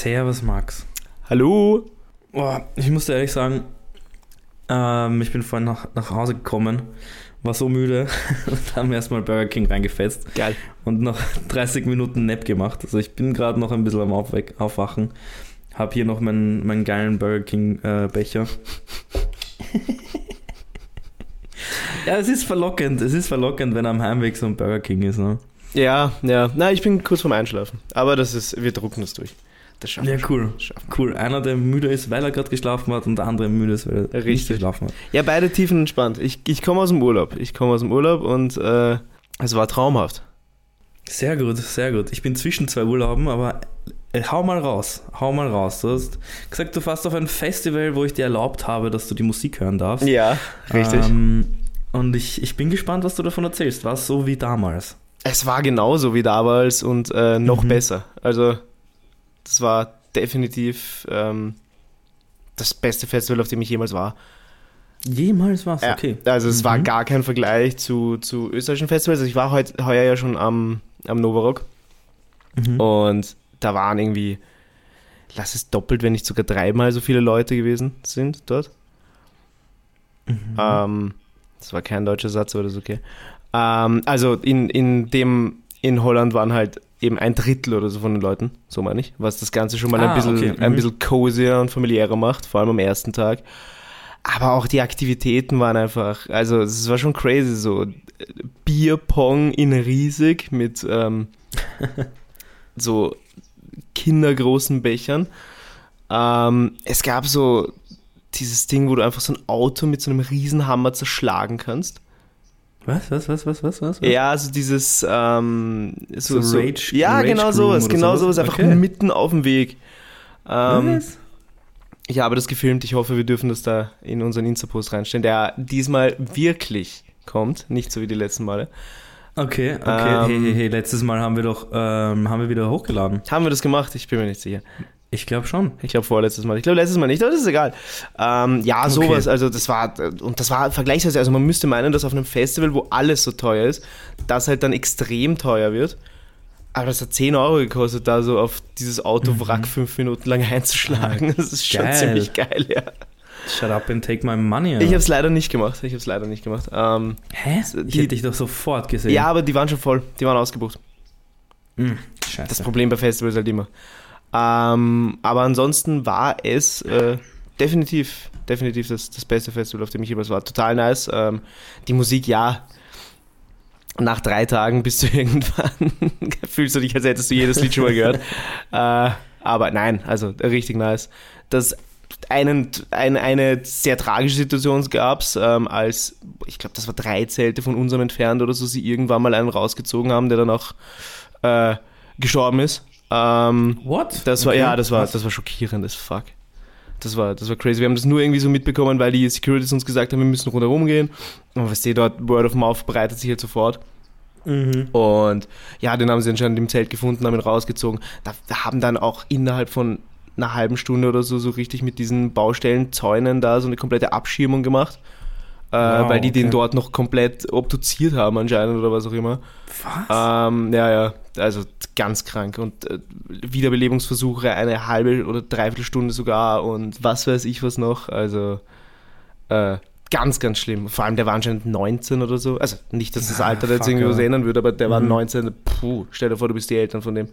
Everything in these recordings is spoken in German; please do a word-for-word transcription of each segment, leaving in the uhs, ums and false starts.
Servus Max. Hallo. Oh, ich muss dir ehrlich sagen, ähm, ich bin vorhin nach, nach Hause gekommen, war so müde und haben erstmal Burger King reingefetzt. Geil. Und noch dreißig Minuten Nap gemacht. Also ich bin gerade noch ein bisschen am Aufwe- Aufwachen. Hab hier noch meinen, meinen geilen Burger King äh, Becher. Ja, es ist verlockend. Es ist verlockend, wenn am Heimweg so ein Burger King ist, ne? Ja, ja. Na, ich bin kurz vorm Einschlafen. Aber das ist, wir drucken das durch. Das schaffen Ja, wir. cool. Schaffen Cool. Einer, der müde ist, weil er gerade geschlafen hat und der andere müde ist, weil er Richtig. nicht geschlafen hat. Ja, beide tiefenentspannt. Ich, ich komme aus dem Urlaub. Ich komme aus dem Urlaub und äh, es war traumhaft. Sehr gut, sehr gut. Ich bin zwischen zwei Urlauben, aber äh, hau mal raus. Hau mal raus. Du hast gesagt, du fährst auf ein Festival, wo ich dir erlaubt habe, dass du die Musik hören darfst. Ja, richtig. Ähm, und ich, ich bin gespannt, was du davon erzählst. War es so wie damals? Es war genauso wie damals und äh, noch Mhm. besser. Also, das war definitiv ähm, das beste Festival, auf dem ich jemals war. Jemals was? Ja, Okay. also es war Mhm. gar kein Vergleich zu, zu österreichischen Festivals. Also ich war heut, heuer ja schon am, am Novarock Mhm. und da waren irgendwie, lass es doppelt, wenn nicht sogar dreimal so viele Leute gewesen sind dort. Mhm. Ähm, das war kein deutscher Satz, aber das ist okay. Ähm, also in, in dem, in Holland waren halt eben ein Drittel oder so von den Leuten, so meine ich, was das Ganze schon mal Ah, ein bisschen, okay. Mhm. ein bisschen cozier und familiärer macht, vor allem am ersten Tag. Aber auch die Aktivitäten waren einfach, also es war schon crazy, so Bierpong in riesig mit ähm, so kindergroßen Bechern. Ähm, es gab so dieses Ding, wo du einfach so ein Auto mit so einem Riesenhammer zerschlagen kannst. Was, was, was, was, was, was? Ja, also dieses ähm, so, So so, Rage- ja, Rage genau Groom sowas, oder genau sowas? sowas, einfach Okay. mitten auf dem Weg. Ähm, Was? Ich habe das gefilmt, ich hoffe, wir dürfen das da in unseren Insta-Post reinstellen, der diesmal wirklich kommt, nicht so wie die letzten Male. Okay, okay. Ähm, hey, hey, hey, letztes Mal haben wir doch, ähm, haben wir wieder hochgeladen. Haben wir das gemacht? Ich bin mir nicht sicher. Ich glaube schon. Ich glaube vorletztes Mal. Ich glaube letztes Mal nicht, aber das ist egal. Ähm, ja, sowas, also das war, und das war vergleichsweise, also man müsste meinen, dass auf einem Festival, wo alles so teuer ist, das halt dann extrem teuer wird. Aber das hat zehn Euro gekostet, da so auf dieses Autowrack fünf Minuten lang einzuschlagen. Das ist schon Geil. ziemlich geil, ja. Shut up and take my money. Ich habe es leider nicht gemacht. Ich habe es leider nicht gemacht. Ähm, Hä? die- Die hätte ich doch sofort gesehen. ja, aber die waren schon voll. Die waren ausgebucht. Hm, scheiße. Das Problem bei Festivals halt immer. Ähm, aber ansonsten war es äh, definitiv, definitiv das, das beste Festival, auf dem ich jemals war. Total nice. Ähm, die Musik, ja. Nach drei Tagen bist du irgendwann, fühlst du dich, als hättest du jedes Lied schon mal gehört. äh, aber nein, also richtig nice. Das einen, ein, eine sehr tragische Situation gab es, ähm, als, ich glaube, das war drei Zelte von unserem entfernt oder so, sie irgendwann mal einen rausgezogen haben, der dann auch äh, gestorben ist. Ähm, What? das war, Okay, ja, das war, krass. das war schockierend as fuck. Das war, das war crazy. Wir haben das nur irgendwie so mitbekommen, weil die Securities uns gesagt haben, wir müssen rundherum gehen. Und weißt du, dort Word of Mouth verbreitet sich halt sofort. Mhm. Und ja, den haben sie anscheinend im Zelt gefunden, haben ihn rausgezogen. Da, da haben dann auch innerhalb von einer halben Stunde oder so so richtig mit diesen Baustellenzäunen da so eine komplette Abschirmung gemacht. Äh, Wow, weil die okay. den dort noch komplett obduziert haben anscheinend oder was auch immer. Was? Ähm, ja, ja, also ganz krank. Und äh, Wiederbelebungsversuche eine halbe oder dreiviertel Stunde sogar und was weiß ich was noch. Also äh, ganz, ganz schlimm. Vor allem der war anscheinend neunzehn oder so. Also nicht, dass das Ah, Alter da jetzt fuck, irgendwie was ja. ändern würde, aber der war Mhm. neunzehn. Puh, stell dir vor, du bist die Eltern von dem.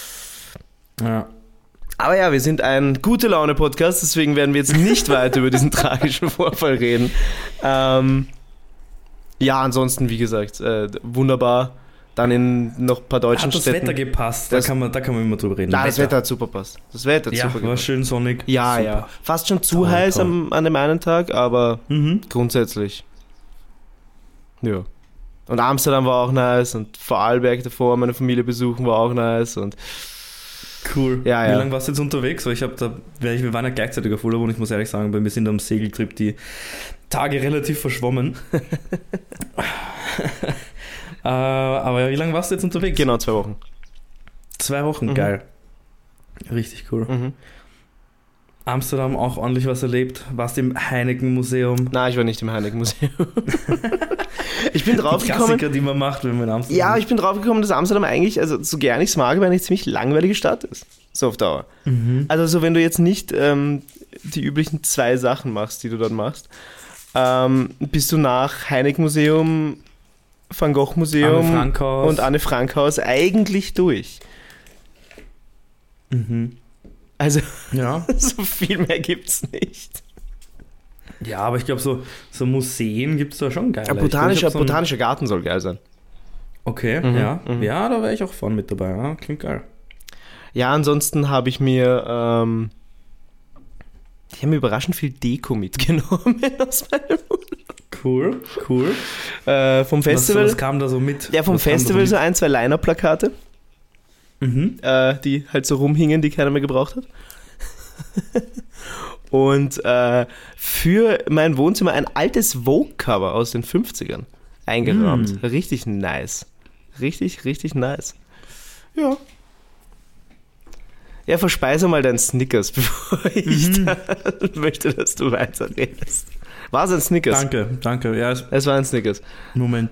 Ja. Aber ja, wir sind ein Gute-Laune-Podcast, deswegen werden wir jetzt nicht weiter über diesen tragischen Vorfall reden. Ähm, ja, ansonsten, wie gesagt, äh, wunderbar. Dann in noch ein paar deutschen Hat das Städten. Wetter gepasst? Das- da, kann man, da kann man immer drüber reden. Nein, das Wetter hat super passt. Das Wetter hat Ja, super war gepasst. schön sonnig. Ja, Super. ja. Fast schon zu Toll, heiß toll. am, an dem einen Tag, aber Mhm. grundsätzlich. Ja. Und Amsterdam war auch nice und Vorarlberg davor meine Familie besuchen war auch nice und Cool. Ja, Wie ja. lange warst du jetzt unterwegs? Weil ich habe da, weil ich- wir waren ja gleichzeitig auf Urlaub und ich muss ehrlich sagen, bei mir sind am Segeltrip die Tage relativ verschwommen. äh, aber wie lange warst du jetzt unterwegs? genau zwei Wochen. Zwei Wochen, Mhm. geil. Richtig cool. Mhm. Amsterdam auch ordentlich was erlebt. Warst im Heineken-Museum. Nein, ich war nicht im Heineken-Museum. Ich bin Die draufgekommen. Klassiker, die man macht, wenn man in Amsterdam Ja, ist. ich bin draufgekommen, dass Amsterdam eigentlich, also so gern ich es mag, aber eine ziemlich langweilige Stadt ist. So auf Dauer. Mhm. Also so, wenn du jetzt nicht ähm, die üblichen zwei Sachen machst, die du dort machst, ähm, bist du nach Heineken-Museum, Van Anne Gogh-Museum Frank Haus. und Anne Frank Haus eigentlich durch. Mhm. Also Ja. so viel mehr gibt's nicht. Ja, aber ich glaube, so, so Museen gibt es da schon geile. Ja, Ich glaub, botanischer, ich hab so ein- botanischer Garten soll geil sein. Okay, Mhm, ja. mhm. Ja, da wäre ich auch vorne mit dabei. Ja, klingt geil. Ja, ansonsten habe ich mir ähm, ich habe mir überraschend viel Deko mitgenommen aus meinem Cool, cool. äh, vom Festival. Was, was kam da so mit? Ja, vom Was kam da Festival so mit? ein, zwei Liner-Plakate, Mhm. äh, die halt so rumhingen, die keiner mehr gebraucht hat. Und äh, für mein Wohnzimmer ein altes Vogue-Cover aus den fünfzigern eingerahmt. Mm. Richtig nice. Richtig, richtig nice. Ja. Ja, verspeise mal deinen Snickers, bevor ich Mhm. da möchte, dass du weiterredest. War es ein Snickers? Danke, danke. Ja, es, Es war ein Snickers. Moment.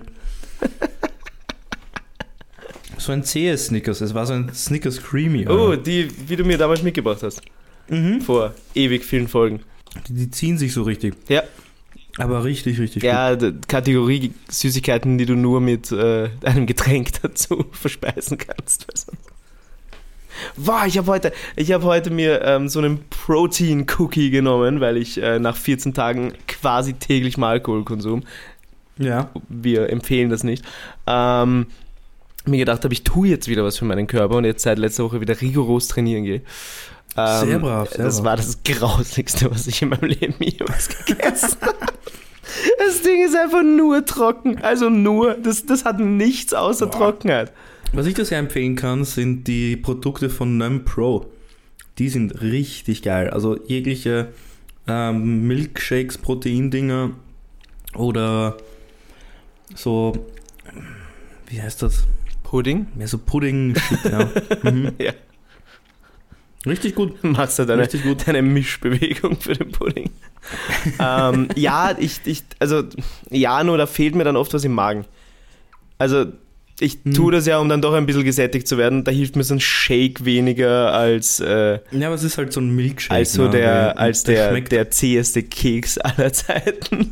So ein zähes Snickers. Es war so ein Snickers Creamy. Oh, oder? die, wie du mir damals mitgebracht hast. Mhm. Vor ewig vielen Folgen. Die, die ziehen sich so richtig. Ja. Aber richtig, richtig Ja, d- Kategorie Süßigkeiten, die du nur mit äh, einem Getränk dazu verspeisen kannst. Also. Wow, ich habe heute, ich hab heute mir ähm, so einen Protein-Cookie genommen, weil ich äh, nach vierzehn Tagen quasi täglich mal Alkoholkonsum, gut. Ja. wir empfehlen das nicht, ähm, mir gedacht habe, ich tue jetzt wieder was für meinen Körper und jetzt seit letzter Woche wieder rigoros trainieren gehe. Ähm, Sehr brav, sehr Das brav. war das Grauslichste, was ich in meinem Leben jemals gegessen habe. Das Ding ist einfach nur trocken. Also nur. Das, das hat nichts außer Boah. Trockenheit. Was ich dir sehr empfehlen kann, sind die Produkte von Num Pro. Die sind richtig geil. Also jegliche ähm, Milkshakes, Proteindinger oder so, wie heißt das? Pudding? Mehr so Pudding-Shit, ja. Mhm. Ja. Richtig gut. Machst du deine, Richtig gut. deine Mischbewegung für den Pudding. ähm, ja, ich, ich, also, ja, nur da fehlt mir dann oft was im Magen. Also, ich Hm. tue das ja, um dann doch ein bisschen gesättigt zu werden. Da hilft mir so ein Shake weniger als, äh, Ja, aber es ist halt so ein Milkshake. als so ne? der, als der, schmeckt. der zäheste Keks aller Zeiten.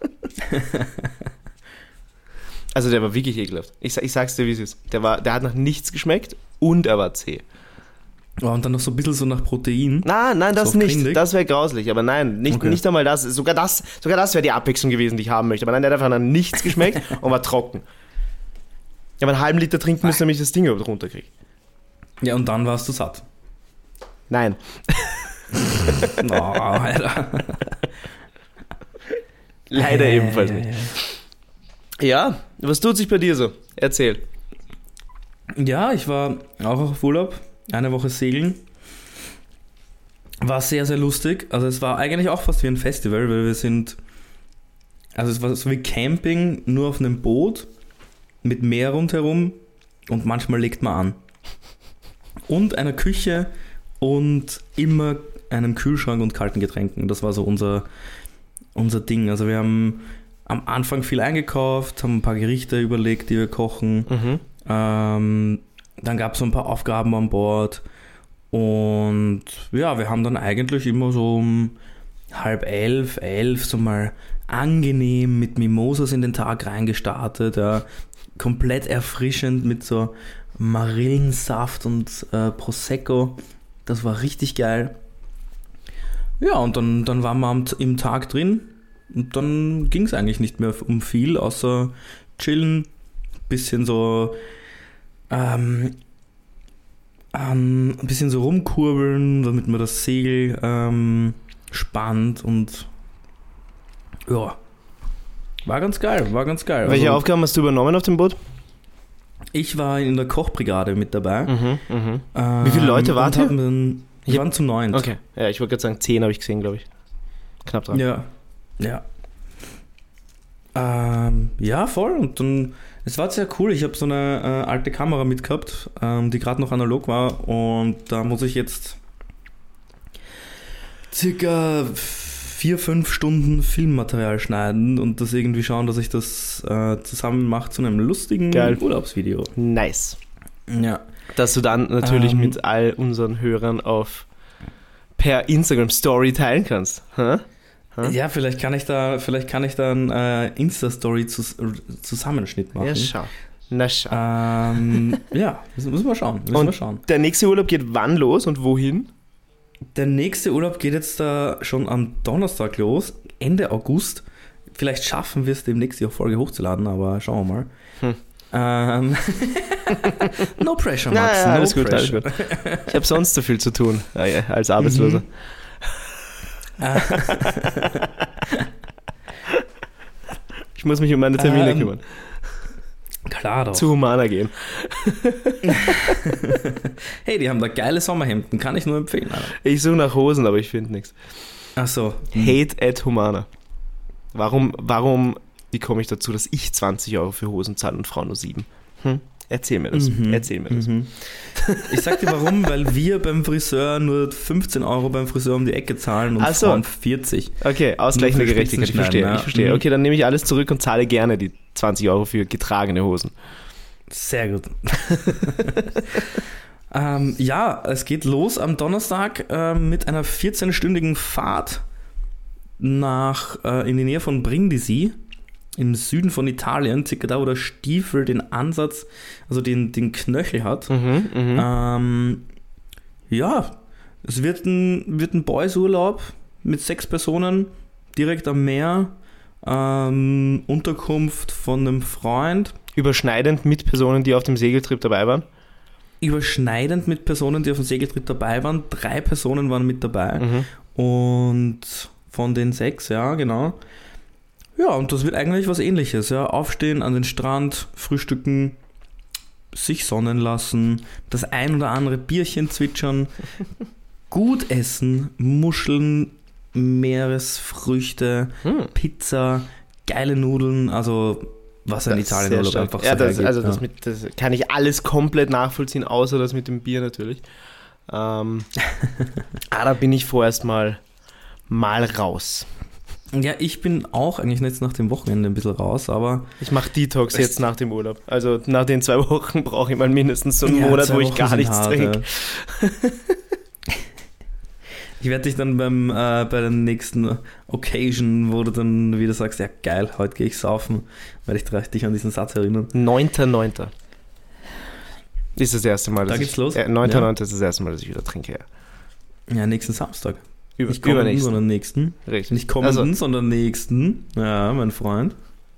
Also der war wirklich ekelhaft. Ich, sa- ich sag's dir, wie es ist. Der, war, der hat nach nichts geschmeckt und er war zäh. Oh, und dann noch so ein bisschen so nach Protein. Nein, nein, das So nicht. krindig? Das wäre grauslich. Aber nein, nicht, Okay. nicht einmal das. Sogar das, sogar das wäre die Abwechslung gewesen, die ich haben möchte. Aber nein, der hat einfach nach nichts geschmeckt und war trocken. Ja, aber einen halben Liter trinken müssen, damit ich das Ding überhaupt runterkriege. Ja, und dann warst du satt. Nein. Oh, Alter. Leider Äh, ebenfalls nicht. Ja, was tut sich bei dir so? Erzähl. Ja, ich war auch auf Urlaub, eine Woche segeln. War sehr, sehr lustig. Also es war eigentlich auch fast wie ein Festival, weil wir sind, also es war so wie Camping, nur auf einem Boot mit Meer rundherum und manchmal legt man an. Und einer Küche und immer einem Kühlschrank und kalten Getränken. Das war so unser, unser Ding. Also wir haben am Anfang viel eingekauft, haben ein paar Gerichte überlegt, die wir kochen. Mhm. Ähm, dann gab es so ein paar Aufgaben an Bord und ja, wir haben dann eigentlich immer so um halb elf, elf so mal angenehm mit Mimosas in den Tag reingestartet, ja, komplett erfrischend mit so Marillensaft und äh, Prosecco, das war richtig geil. Ja, und dann, dann waren wir am, im Tag drin und dann ging es eigentlich nicht mehr um viel, außer chillen, bisschen so ähm, ähm, ein bisschen so rumkurbeln, damit man das Segel ähm, spannt und ja, war ganz geil, war ganz geil. Welche Also, Aufgaben hast du übernommen auf dem Boot? ich war in der Kochbrigade mit dabei. Mhm, mhm. Ähm, Wie viele Leute wart und ihr? haben dann- Ich Wir hab- waren zu neunt. Okay, ja, ich wollte gerade sagen, zehn habe ich gesehen, glaube ich. Knapp dran. Ja, ja. Ähm, ja, voll. Und dann, es war sehr cool. Ich habe so eine äh, alte Kamera mitgehabt, ähm, die gerade noch analog war. Und da muss ich jetzt circa vier, fünf Stunden Filmmaterial schneiden und das irgendwie schauen, dass ich das äh, zusammen mache zu einem lustigen Geil. Urlaubsvideo. Nice. Ja. Dass du dann natürlich Ähm. mit all unseren Hörern auf per Instagram Story teilen kannst. Hä? Hä? Ja, vielleicht kann ich da, vielleicht kann ich da einen äh, Insta-Story-Zusammenschnitt machen. Ja, schau. Na schau. Ähm, ja, müssen, müssen wir schauen. Müssen Und wir schauen. der nächste Urlaub geht wann los und wohin? Der nächste Urlaub geht jetzt da schon am Donnerstag los, Ende August. Vielleicht schaffen wir es demnächst die Folge hochzuladen, aber schauen wir mal. Hm. Ähm, no pressure, Max. Na, ja, no alles gut, alles pressure. gut. Ich habe sonst so viel zu tun äh, als Arbeitsloser. Mhm. Ich muss mich um meine Termine Ähm, kümmern. Klar doch. Zu Humana gehen. Hey, die haben da geile Sommerhemden, kann ich nur empfehlen. Alter. Ich suche nach Hosen, aber ich finde nichts. Ach so. Hate at Humana. Warum, warum, wie komme ich dazu, dass ich zwanzig Euro für Hosen zahle und Frauen nur sieben? Hm? Erzähl mir das. Mhm. Erzähl mir das. Mhm. Ich sag dir warum, weil wir beim Friseur nur fünfzehn Euro beim Friseur um die Ecke zahlen und Ach so. Frauen vierzig. Okay, ausgleichende Nur für Gerechtigkeit. Ich verstehe, Spitzenschneiden, ich verstehe. ja. Okay, dann nehme ich alles zurück und zahle gerne die zwanzig Euro für getragene Hosen. Sehr gut. ähm, ja, es geht los am Donnerstag äh, mit einer vierzehnstündigen Fahrt nach äh, in die Nähe von Brindisi im Süden von Italien, circa da, wo der Stiefel den Ansatz, also den, den Knöchel hat. Mhm, mhm. Ähm, ja, es wird ein, wird ein Boys-Urlaub mit sechs Personen direkt am Meer. Ähm, Unterkunft von einem Freund. Überschneidend mit Personen, die auf dem Segeltrip dabei waren. Überschneidend mit Personen, die auf dem Segeltrip dabei waren. Drei Personen waren mit dabei. Mhm. Und von den sechs, ja, genau. Ja, und das wird eigentlich was Ähnliches. Ja. Aufstehen, an den Strand, frühstücken, sich sonnen lassen, das ein oder andere Bierchen zwitschern, gut essen, Muscheln, Meeresfrüchte, Hm. Pizza, geile Nudeln, also was ein Das ist Italien sehr Urlaub stark. einfach ja, so das, hergibt, also ja. das, mit, das kann ich alles komplett nachvollziehen, außer das mit dem Bier natürlich. Ähm, ah, da bin ich vorerst mal, mal raus. Ja, ich bin auch eigentlich jetzt nach dem Wochenende ein bisschen raus, aber Ich mache Detox Echt? jetzt nach dem Urlaub. Also nach den zwei Wochen brauche ich mal mindestens so einen Ja, Monat, zwei wo ich Wochen gar sind nichts hart, trinke. ja. Ich werde dich dann beim äh, bei der nächsten Occasion, wo du dann wieder sagst, ja geil, heute gehe ich saufen, werde ich direkt dich an diesen Satz erinnern. neunter neunter ist das erste Mal, dass Da geht's ich, los? Äh, neunter neunter Ja. ist das erste Mal, dass ich wieder trinke. Ja. Ja, nächsten Samstag. Über, Nicht kommenden, übernächsten. sondern nächsten. Richtig. Nicht kommenden, Also, sondern nächsten. Ja, mein Freund.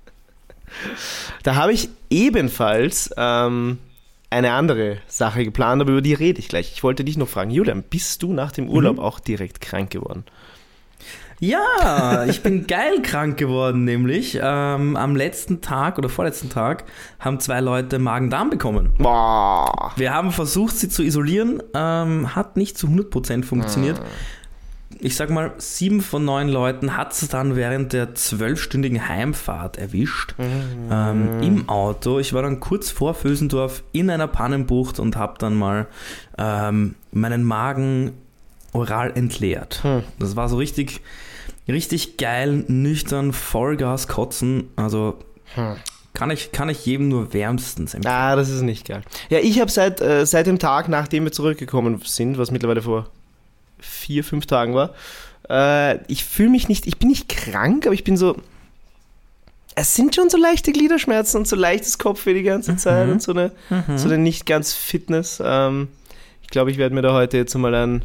da habe ich ebenfalls ähm, eine andere Sache geplant, aber über die rede ich gleich. Ich wollte dich noch fragen, Julian, bist du nach dem Urlaub Mhm. auch direkt krank geworden? Ja, ich bin geil krank geworden, nämlich ähm, am letzten Tag oder vorletzten Tag haben zwei Leute Magen-Darm bekommen. Boah. Wir haben versucht, sie zu isolieren, ähm, hat nicht zu hundert Prozent funktioniert. Ich sag mal, sieben von neun Leuten hat es dann während der zwölfstündigen Heimfahrt erwischt. Ähm, Im Auto. Ich war dann kurz vor Vösendorf in einer Pannenbucht und habe dann mal ähm, meinen Magen oral entleert. Hm. Das war so richtig, richtig geil, nüchtern, Vollgas kotzen. Also Hm. kann ich, kann ich jedem nur wärmstens empfehlen. Ah, das ist nicht geil. Ja, ich habe seit, äh, seit dem Tag, nachdem wir zurückgekommen sind, was mittlerweile vor vier, fünf Tagen war, äh, ich fühle mich nicht, ich bin nicht krank, aber ich bin so, es sind schon so leichte Gliederschmerzen und so leichtes Kopfweh die ganze Zeit Mhm. und so eine, Mhm. so eine nicht ganz Fitness. Ähm, ich glaube, ich werde mir da heute jetzt mal ein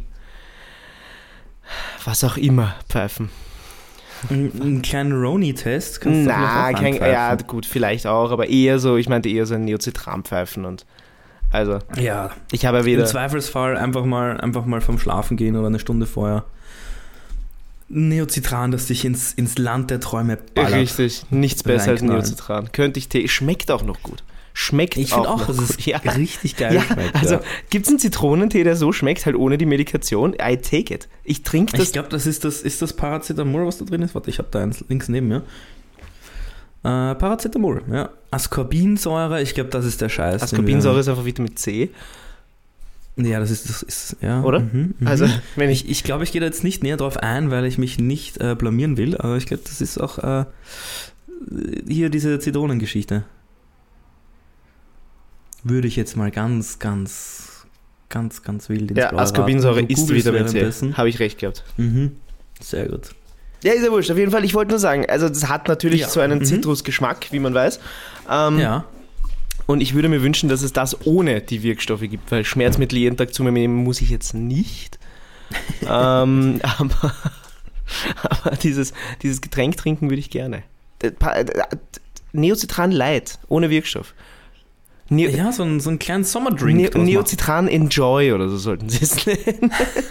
was auch immer pfeifen. Ein, einen kleinen Roni-Test kannst du Na, vielleicht auch kein, ja anpfeifen. gut, vielleicht auch, aber eher so, ich meinte eher so ein Neocitran pfeifen und also, Ja, ich habe ja im weder... Zweifelsfall einfach mal, einfach mal vom Schlafen gehen oder eine Stunde vorher. Neocitran, das dich ins, ins Land der Träume ballert. Richtig, nichts besser als Reinknallen. Neocitran. Könnte ich Tee, schmeckt auch noch gut. Schmeckt Ich auch finde auch, noch dass gut. es Ja. richtig geil Ja, schmeckt. also ja. gibt es einen Zitronentee, der so schmeckt, halt ohne die Medikation? I take it. Ich trinke das. Ich glaube, das ist das, ist das Paracetamol, was da drin ist. Warte, ich habe da eins links neben mir. Äh, Paracetamol, ja. Ascorbinsäure, ich glaube, das ist der Scheiß. den Ascorbinsäure wir- ist einfach Vitamin C. Ja, das ist, das ist ja. Oder? Mhm, mhm. Also, wenn ich. Ich, ich glaube, ich gehe da jetzt nicht näher drauf ein, weil ich mich nicht äh, blamieren will, aber ich glaube, das ist auch äh, hier diese Zitronengeschichte. Würde ich jetzt mal ganz, ganz, ganz, ganz wild ins Ja, Blaue Ascorbinsäure raten. Du ist googelst Vitamin C. währenddessen. Habe ich recht gehabt. Mhm. Sehr gut. Ja, ist ja wurscht. Auf jeden Fall, ich wollte nur sagen, also das hat natürlich Ja. so einen Mhm. Zitrusgeschmack, wie man weiß. Ähm, Ja. Und ich würde mir wünschen, dass es das ohne die Wirkstoffe gibt, weil Schmerzmittel jeden Tag zu mir nehmen muss ich jetzt nicht. ähm, aber aber dieses, dieses Getränk trinken würde ich gerne. Neocitran Light, ohne Wirkstoff. Neo, Ja, so ein, so ein kleinen Sommerdrink. Neo, draus machen. Neocitran Enjoy oder so sollten sie es nennen.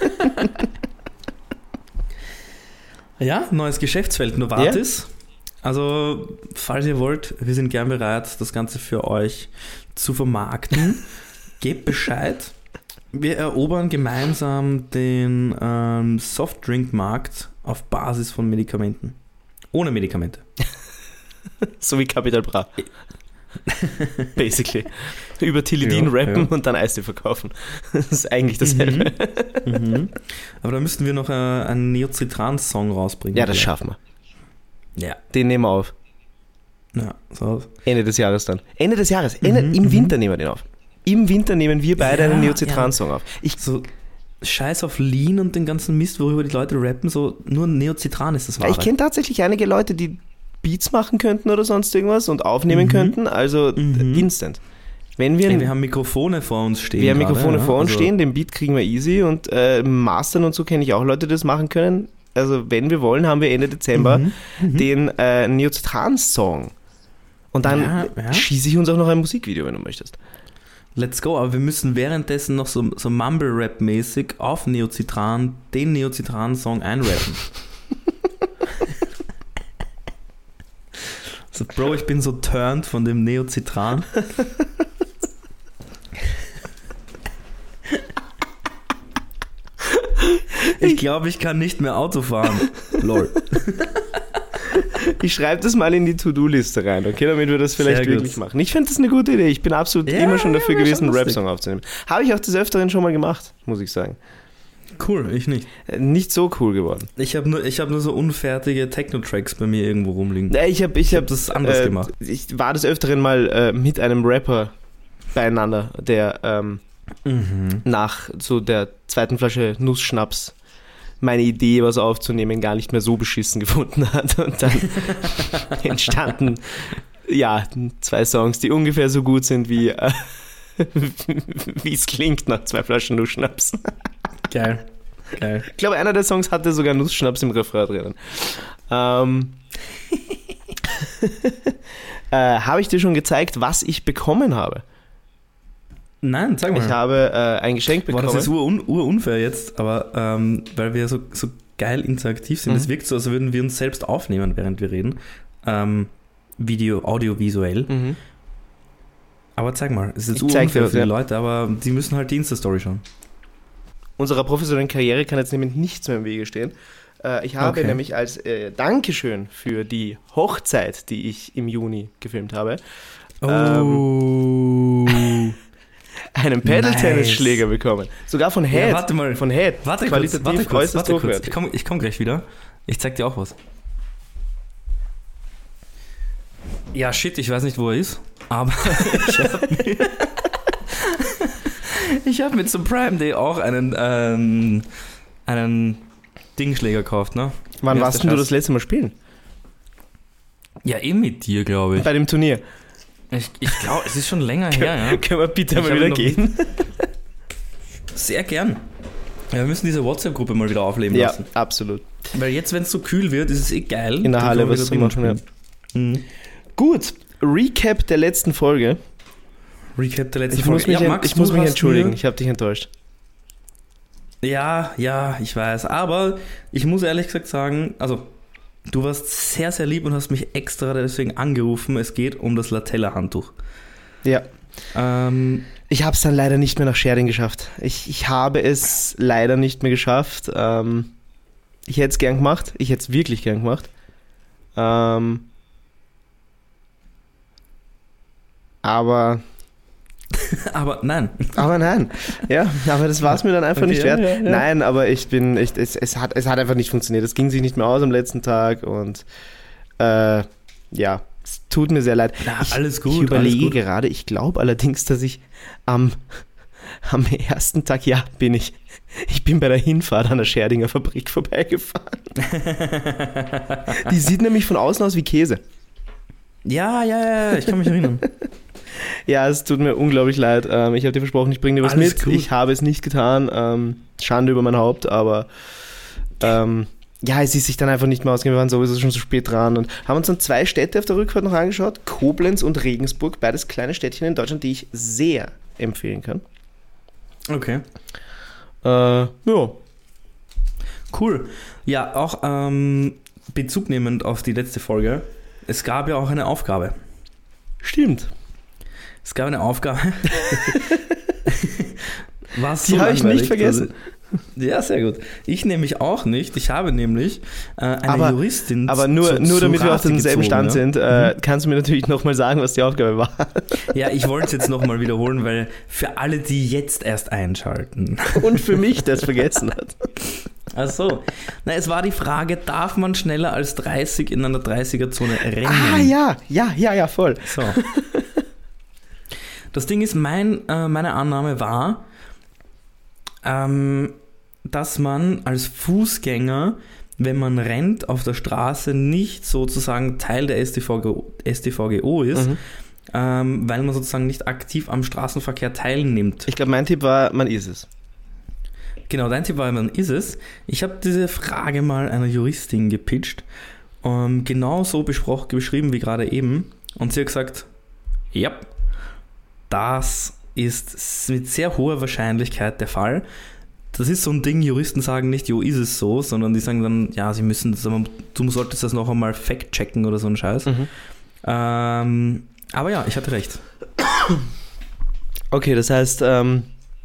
Ja, neues Geschäftsfeld, Novartis. Also, falls ihr wollt, wir sind gern bereit, das Ganze für euch zu vermarkten. Gebt Bescheid. Wir erobern gemeinsam den ähm, Softdrink-Markt auf Basis von Medikamenten. Ohne Medikamente. So wie Capital Bra. Basically. Über Tilidin Ja, rappen ja. und dann Eistee verkaufen. Das ist eigentlich dasselbe. Mhm. Mhm. Aber da müssten wir noch äh, einen Neocitran-Song rausbringen. Ja, das vielleicht. schaffen wir. Ja. Den nehmen wir auf. Ja, so. Ende des Jahres dann. Ende des Jahres. Ende, Mhm, Im mhm. Winter nehmen wir den auf. Im Winter nehmen wir beide Ja, einen Neocitran-Song auf. Ich, So Scheiß auf Lean und den ganzen Mist, worüber die Leute rappen, so nur Neocitran ist das ja, wahre. ich kenne tatsächlich einige Leute, die Beats machen könnten oder sonst irgendwas und aufnehmen Mhm. könnten. Also Mhm. instant. Wenn wir, Ey, wir haben Mikrofone vor uns stehen. wir haben gerade, Mikrofone ja. vor uns Also, stehen, den Beat kriegen wir easy und äh, Mastern und so kenne ich auch Leute, die das machen können. Also wenn wir wollen, haben wir Ende Dezember Mhm. Mhm. den äh, Neocitran-Song. Und dann Ja, ja. schieße ich uns auch noch ein Musikvideo, wenn du möchtest. Let's go, aber wir müssen währenddessen noch so, so Mumble-Rap-mäßig auf Neocitran den Neocitran-Song einrappen. So, Bro, ich bin so turned von dem Neocitran. Ich glaube, ich kann nicht mehr Auto fahren. Lol. Ich schreibe das mal in die To-Do-Liste rein, okay, damit wir das vielleicht Sehr gut. wirklich machen. Ich finde das eine gute Idee. Ich bin absolut Ja, immer schon dafür ja, wär gewesen, schon einen lustig. Rap-Song aufzunehmen. Habe ich auch des Öfteren schon mal gemacht, muss ich sagen. Cool, ich nicht. Äh, Nicht so cool geworden. Ich habe nur, ich hab nur so unfertige Techno-Tracks bei mir irgendwo rumliegen. Äh, Ich habe ich Ich hab, hab das anders äh, gemacht. Ich war des Öfteren mal äh, mit einem Rapper beieinander, der ähm, Mhm. nach so der zweiten Flasche Nussschnaps meine Idee, was aufzunehmen, gar nicht mehr so beschissen gefunden hat. Und dann entstanden, ja, zwei Songs, die ungefähr so gut sind, wie äh, wie es klingt nach zwei Flaschen Nussschnaps. Geil. Geil. Ich glaube, einer der Songs hatte sogar Nussschnaps im Refrain drinnen. Ähm, äh, habe ich dir schon gezeigt, was ich bekommen habe? Nein, sag mal. Ich habe äh, ein Geschenk Boah, bekommen. das ist urun urunfair jetzt, aber ähm, weil wir so, so geil interaktiv sind, Mhm. es wirkt so, als würden wir uns selbst aufnehmen, während wir reden. Ähm, Video, audiovisuell. Mhm. Aber zeig mal, es ist Ich jetzt zeig dir urunfair was, für die ja. Leute, aber die müssen halt die Insta-Story schauen. Unserer professionellen Karriere kann jetzt nämlich nichts mehr im Wege stehen. Äh, ich habe Okay. nämlich als äh, Dankeschön für die Hochzeit, die ich im Juni gefilmt habe, Oh. einen Paddle-Tennis-Schläger bekommen. Sogar von Head. Ja, warte mal. Von Head. Warte kurz, Qualitativ warte kurz, äußerst warte kurz. hochwertig. Ich komme ich komm gleich wieder. Ich zeig dir auch was. Ja, shit, ich weiß nicht, wo er ist, aber ich habe mir, ich hab mir zum Prime Day auch einen, ähm, einen Dingschläger gekauft, ne? Wann Wie heißt warst der denn du Scheiß? das letzte Mal spielen? Ja, eben mit dir, glaube ich. Bei dem Turnier. Ich, ich glaube, es ist schon länger her, ja. Können wir bitte Ich mal habe wieder noch gehen? Sehr gern. Ja, wir müssen diese WhatsApp-Gruppe mal wieder aufleben Ja, lassen. absolut. Weil jetzt, wenn es so kühl wird, ist es eh geil. In der Dann Halle können wir was zu wieder machen, ja. spielen. Mhm. Gut, Recap der letzten Folge. Recap der letzten Ich muss Folge. mich, Ja, en- Max, ich du muss mich hast entschuldigen, mir- ich habe dich enttäuscht. Ja, ja, ich weiß. Aber ich muss ehrlich gesagt sagen, also du warst sehr, sehr lieb und hast mich extra deswegen angerufen. Es geht um das Latella-Handtuch. Ja. Ähm, Ich habe es dann leider nicht mehr nach Scherding geschafft. Ich, ich habe es leider nicht mehr geschafft. Ähm, ich hätte es gern gemacht. Ich hätte es wirklich gern gemacht. Ähm, aber Aber nein. Aber nein. Ja, aber das war es mir dann einfach Okay, nicht wert. ja, ja, ja. Nein, aber ich bin, ich, es, es, hat, es hat einfach nicht funktioniert. Es ging sich nicht mehr aus am letzten Tag und äh, ja, es tut mir sehr leid. Na, ich, alles gut, Ich überlege alles gut. gerade, ich glaube allerdings, dass ich am, am ersten Tag, ja, bin ich, ich bin bei der Hinfahrt an der Scherdinger Fabrik vorbeigefahren. Die sieht nämlich von außen aus wie Käse. Ja, ja, ja, ich kann mich erinnern. Ja, es tut mir unglaublich leid. Ähm, ich habe dir versprochen, ich bringe dir was Alles mit. gut. Ich habe es nicht getan. Ähm, Schande über mein Haupt, aber ähm, ja, es ist sich dann einfach nicht mehr ausgegangen. Wir waren sowieso schon so spät dran und haben uns dann zwei Städte auf der Rückfahrt noch angeschaut. Koblenz und Regensburg, beides kleine Städtchen in Deutschland, die ich sehr empfehlen kann. Okay. Äh, ja. Cool. Ja, auch ähm, Bezug nehmend auf die letzte Folge. Es gab ja auch eine Aufgabe. Stimmt. Es gab eine Aufgabe. Was Die habe ich nicht vergessen. Ja, sehr gut. Ich nämlich auch nicht. Ich habe nämlich äh, eine Aber- Juristin Aber nur, zu, nur zu damit wir auf Rate demselben gezogen, Stand ja? sind, äh, kannst du mir natürlich nochmal sagen, was die Aufgabe war. Ja, ich wollte es jetzt nochmal wiederholen, weil für alle, die jetzt erst einschalten. Und für mich, der es vergessen hat. Ach so. Na, es war die Frage, darf man schneller als dreißig in einer dreißiger-Zone rennen? Ah ja, ja, ja, ja, voll. So. Das Ding ist, mein, äh, meine Annahme war, ähm, dass man als Fußgänger, wenn man rennt auf der Straße, nicht sozusagen Teil der S T V G O, S T V G O ist, Mhm. ähm, weil man sozusagen nicht aktiv am Straßenverkehr teilnimmt. Ich glaube, mein Tipp war, man ist es. Genau, dein Tipp war, man ist es. Ich habe diese Frage mal einer Juristin gepitcht, ähm, genau so besprochen, beschrieben wie gerade eben. Und sie hat gesagt, ja, das ist mit sehr hoher Wahrscheinlichkeit der Fall. Das ist so ein Ding, Juristen sagen nicht, jo, ist es so, sondern die sagen dann, ja, sie müssen das, aber du solltest das noch einmal fact-checken oder so ein Scheiß. Mhm. Ähm, aber ja, ich hatte recht. Okay, das heißt, ähm,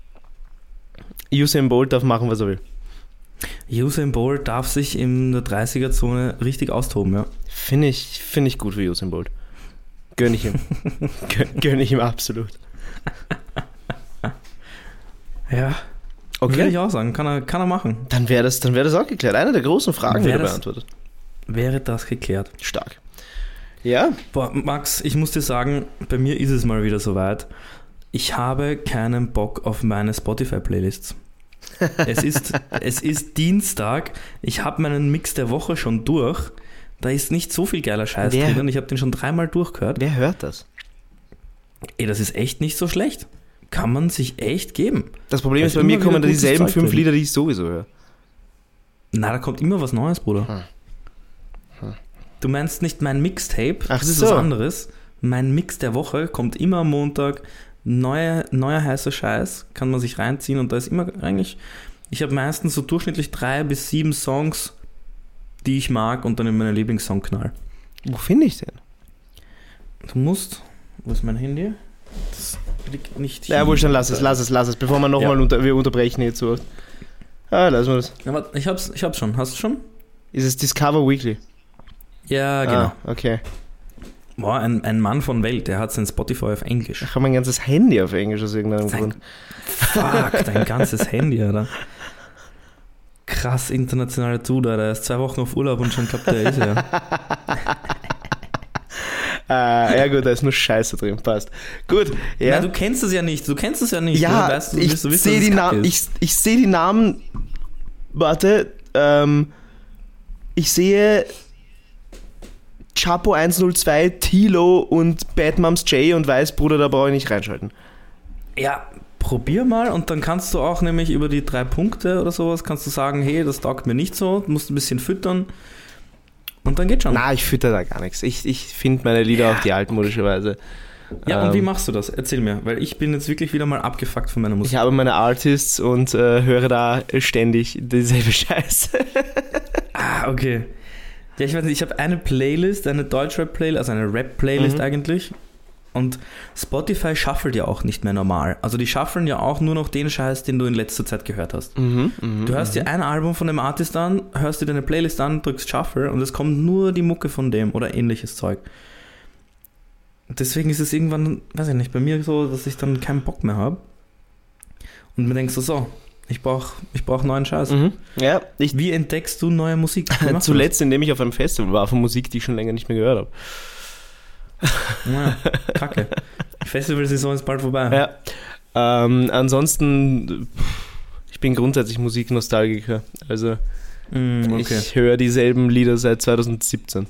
Usain Bolt darf machen, was er will. Usain Bolt darf sich in der dreißiger-Zone richtig austoben, ja. Finde ich, find ich gut für Usain Bolt. Gönn ich ihm. Gönn, gönn ich ihm absolut. Ja. Würde Okay, ich auch sagen, kann er, kann er machen. dann wäre das, dann wär das auch geklärt. Eine der großen Fragen Wär wieder das- beantwortet. Wäre das geklärt. Stark. Ja, Boah, Max, ich muss dir sagen, bei mir ist es mal wieder soweit. Ich habe keinen Bock auf meine Spotify-Playlists. Es ist, es ist Dienstag, ich habe meinen Mix der Woche schon durch. Da ist nicht so viel geiler Scheiß Wer- drin. Ich habe den schon dreimal durchgehört. wer hört das? Ey, das ist echt nicht so schlecht. Kann man sich echt geben. Das Problem Da ist, ist bei immer mir wieder kommen da gutes dieselben Zeug fünf drin. Lieder, die ich sowieso höre. Na, da kommt immer was Neues, Bruder. Hm. Hm. Du meinst nicht mein Mixtape, Ach das ist so. was anderes. Mein Mix der Woche kommt immer am Montag. Neue, neuer heißer Scheiß, kann man sich reinziehen und da ist immer eigentlich, ich habe meistens so durchschnittlich drei bis sieben Songs, die ich mag und dann in meine Lieblingssong knall. Wo finde ich den? Du musst, wo ist mein Handy? Das liegt nicht Ja, wohl schon, lass es, lass es, lass es, bevor wir nochmal Ja. unter, wir unterbrechen jetzt so. Ah, lassen wir das. Aber ich hab's, ich hab's schon. Hast du schon? Ist es Discover Weekly? Ja, genau. Ah, okay. Boah, ein, ein Mann von Welt, der hat sein Spotify auf Englisch. Ich habe mein ganzes Handy auf Englisch aus irgendeinem Sein- Grund. Fuck, dein ganzes Handy, Alter. Krass internationaler Dude, der ist zwei Wochen auf Urlaub und schon glaubt, der ist ja. Ah, ja gut, da ist nur Scheiße drin, passt. Gut, ja. Na, du kennst es ja nicht, du kennst es ja nicht. ja, du weißt, du ich wirst- du wirst, sehe dass es die, Kacke Namen, ist. ich, ich sehe die Namen, warte, ähm, ich sehe Chapo hundertzwei, Tilo und Bad Moms J und weiß, Bruder, da brauche ich nicht reinschalten. Ja, probier mal und dann kannst du auch nämlich über die drei Punkte oder sowas, kannst du sagen, hey, das taugt mir nicht so, du musst ein bisschen füttern und dann geht schon. Na, ich fütter da gar nichts. Ich, ich finde meine Lieder Ja, auf die altmodische Weise. Ja, und Ähm, wie machst du das? Erzähl mir, weil ich bin jetzt wirklich wieder mal abgefuckt von meiner Musik. Ich habe meine Artists und äh, höre da ständig dieselbe Scheiße. Ah, okay. Ja, ich weiß nicht, ich habe eine Playlist, eine Deutschrap-Playlist, also eine Rap-Playlist Mhm. eigentlich. Und Spotify shuffelt ja auch nicht mehr normal. Also die shuffeln ja auch nur noch den Scheiß, den du in letzter Zeit gehört hast. Mhm, mh, Du hörst dir ein Album von dem Artist an, hörst dir deine Playlist an, drückst Shuffle und es kommt nur die Mucke von dem oder ähnliches Zeug. deswegen ist es irgendwann, weiß ich nicht, bei mir so, dass ich dann keinen Bock mehr habe. Und mir denkst du so, ich brauche ich brauch neuen Scheiß. Mhm. Ja, ich Wie entdeckst du neue Musik? Wie machst du zuletzt, indem ich auf einem Festival war von Musik, die ich schon länger nicht mehr gehört habe. das? Ja, kacke. Die Festivalsaison ist bald vorbei. Ja. Ähm, ansonsten, ich bin grundsätzlich Musiknostalgiker. Also Mm, okay. ich höre dieselben Lieder seit zwanzig siebzehn.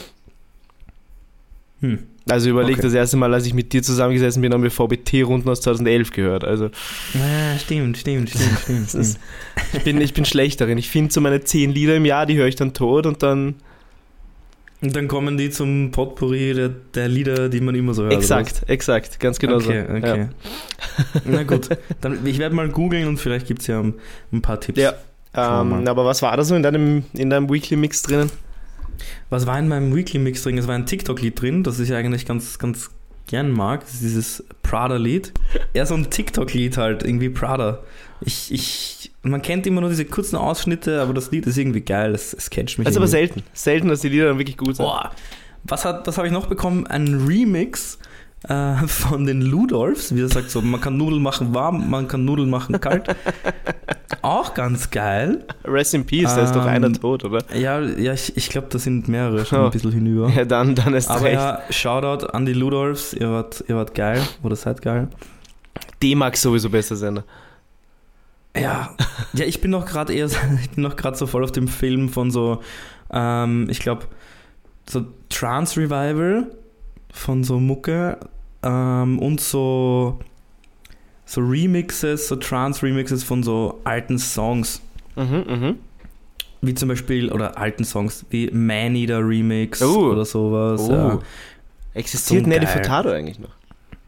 Hm. Also überleg, Okay. das erste Mal, als ich mit dir zusammengesessen bin, haben wir V B T-Runden aus zweitausendelf gehört. Also Ja, stimmt, stimmt, stimmt, stimmt. das ist, stimmt. ich, bin, ich bin schlecht darin. Ich finde so meine zehn Lieder im Jahr, die höre ich dann tot und dann... Und dann kommen die zum Potpourri der, der Lieder, die man immer so hört. Exakt, exakt, ganz genau Okay, so. okay. Na gut, dann, ich werde mal googeln und vielleicht gibt es ja ein, ein paar Tipps. Ja, Schauen wir ähm, mal. aber was war da so in deinem, in deinem Weekly Mix drinnen? Was war in meinem Weekly Mix drin? Es war ein TikTok-Lied drin, das ich eigentlich ganz, ganz gern mag. Das ist dieses Prada-Lied. Eher so ein TikTok-Lied halt, irgendwie Prada. Ich, ich, man kennt immer nur diese kurzen Ausschnitte, aber das Lied ist irgendwie geil. Es, es catcht mich. Das ist aber irgendwie. selten. Selten, dass die Lieder dann wirklich gut sind. Boah, was, hat, was habe ich noch bekommen? Ein Remix äh, von den Ludolfs. Wie er sagt, so, man kann Nudeln machen warm, man kann Nudeln machen kalt. Auch ganz geil. Rest in Peace, da ist doch Ähm, einer tot, oder? Ja, ja ich, ich glaube, da sind mehrere schon Oh. ein bisschen hinüber. Ja, dann, dann ist Aber recht. ja, Shoutout an die Ludolfs, ihr wart, ihr wart geil, oder seid geil. D-Max sowieso bester Sender. Ja, ja, ich bin noch gerade eher, ich bin noch gerade so voll auf dem Film von so, ähm, ich glaube, so Trance Revival von so Mucke ähm, und so, so Remixes, so Trance Remixes von so alten Songs. Mhm, mhm. Wie zum Beispiel, oder alten Songs, wie Man-Eater Remix Oh. oder sowas. Oh. Ja. Existiert So Nelly geil. Furtado eigentlich noch?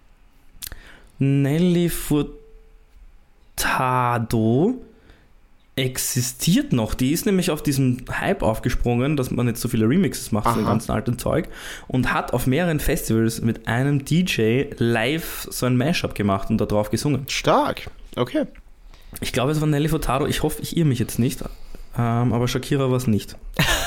Nelly Furtado existiert noch. Die ist nämlich auf diesem Hype aufgesprungen, dass man jetzt so viele Remixes macht von dem Aha. ganzen alten Zeug und hat auf mehreren Festivals mit einem D J live so ein Mashup gemacht und da drauf gesungen. Stark. Okay. Ich glaube, es war Nelly Furtado. Ich hoffe, ich irre mich jetzt nicht. Ähm, aber Shakira war es nicht.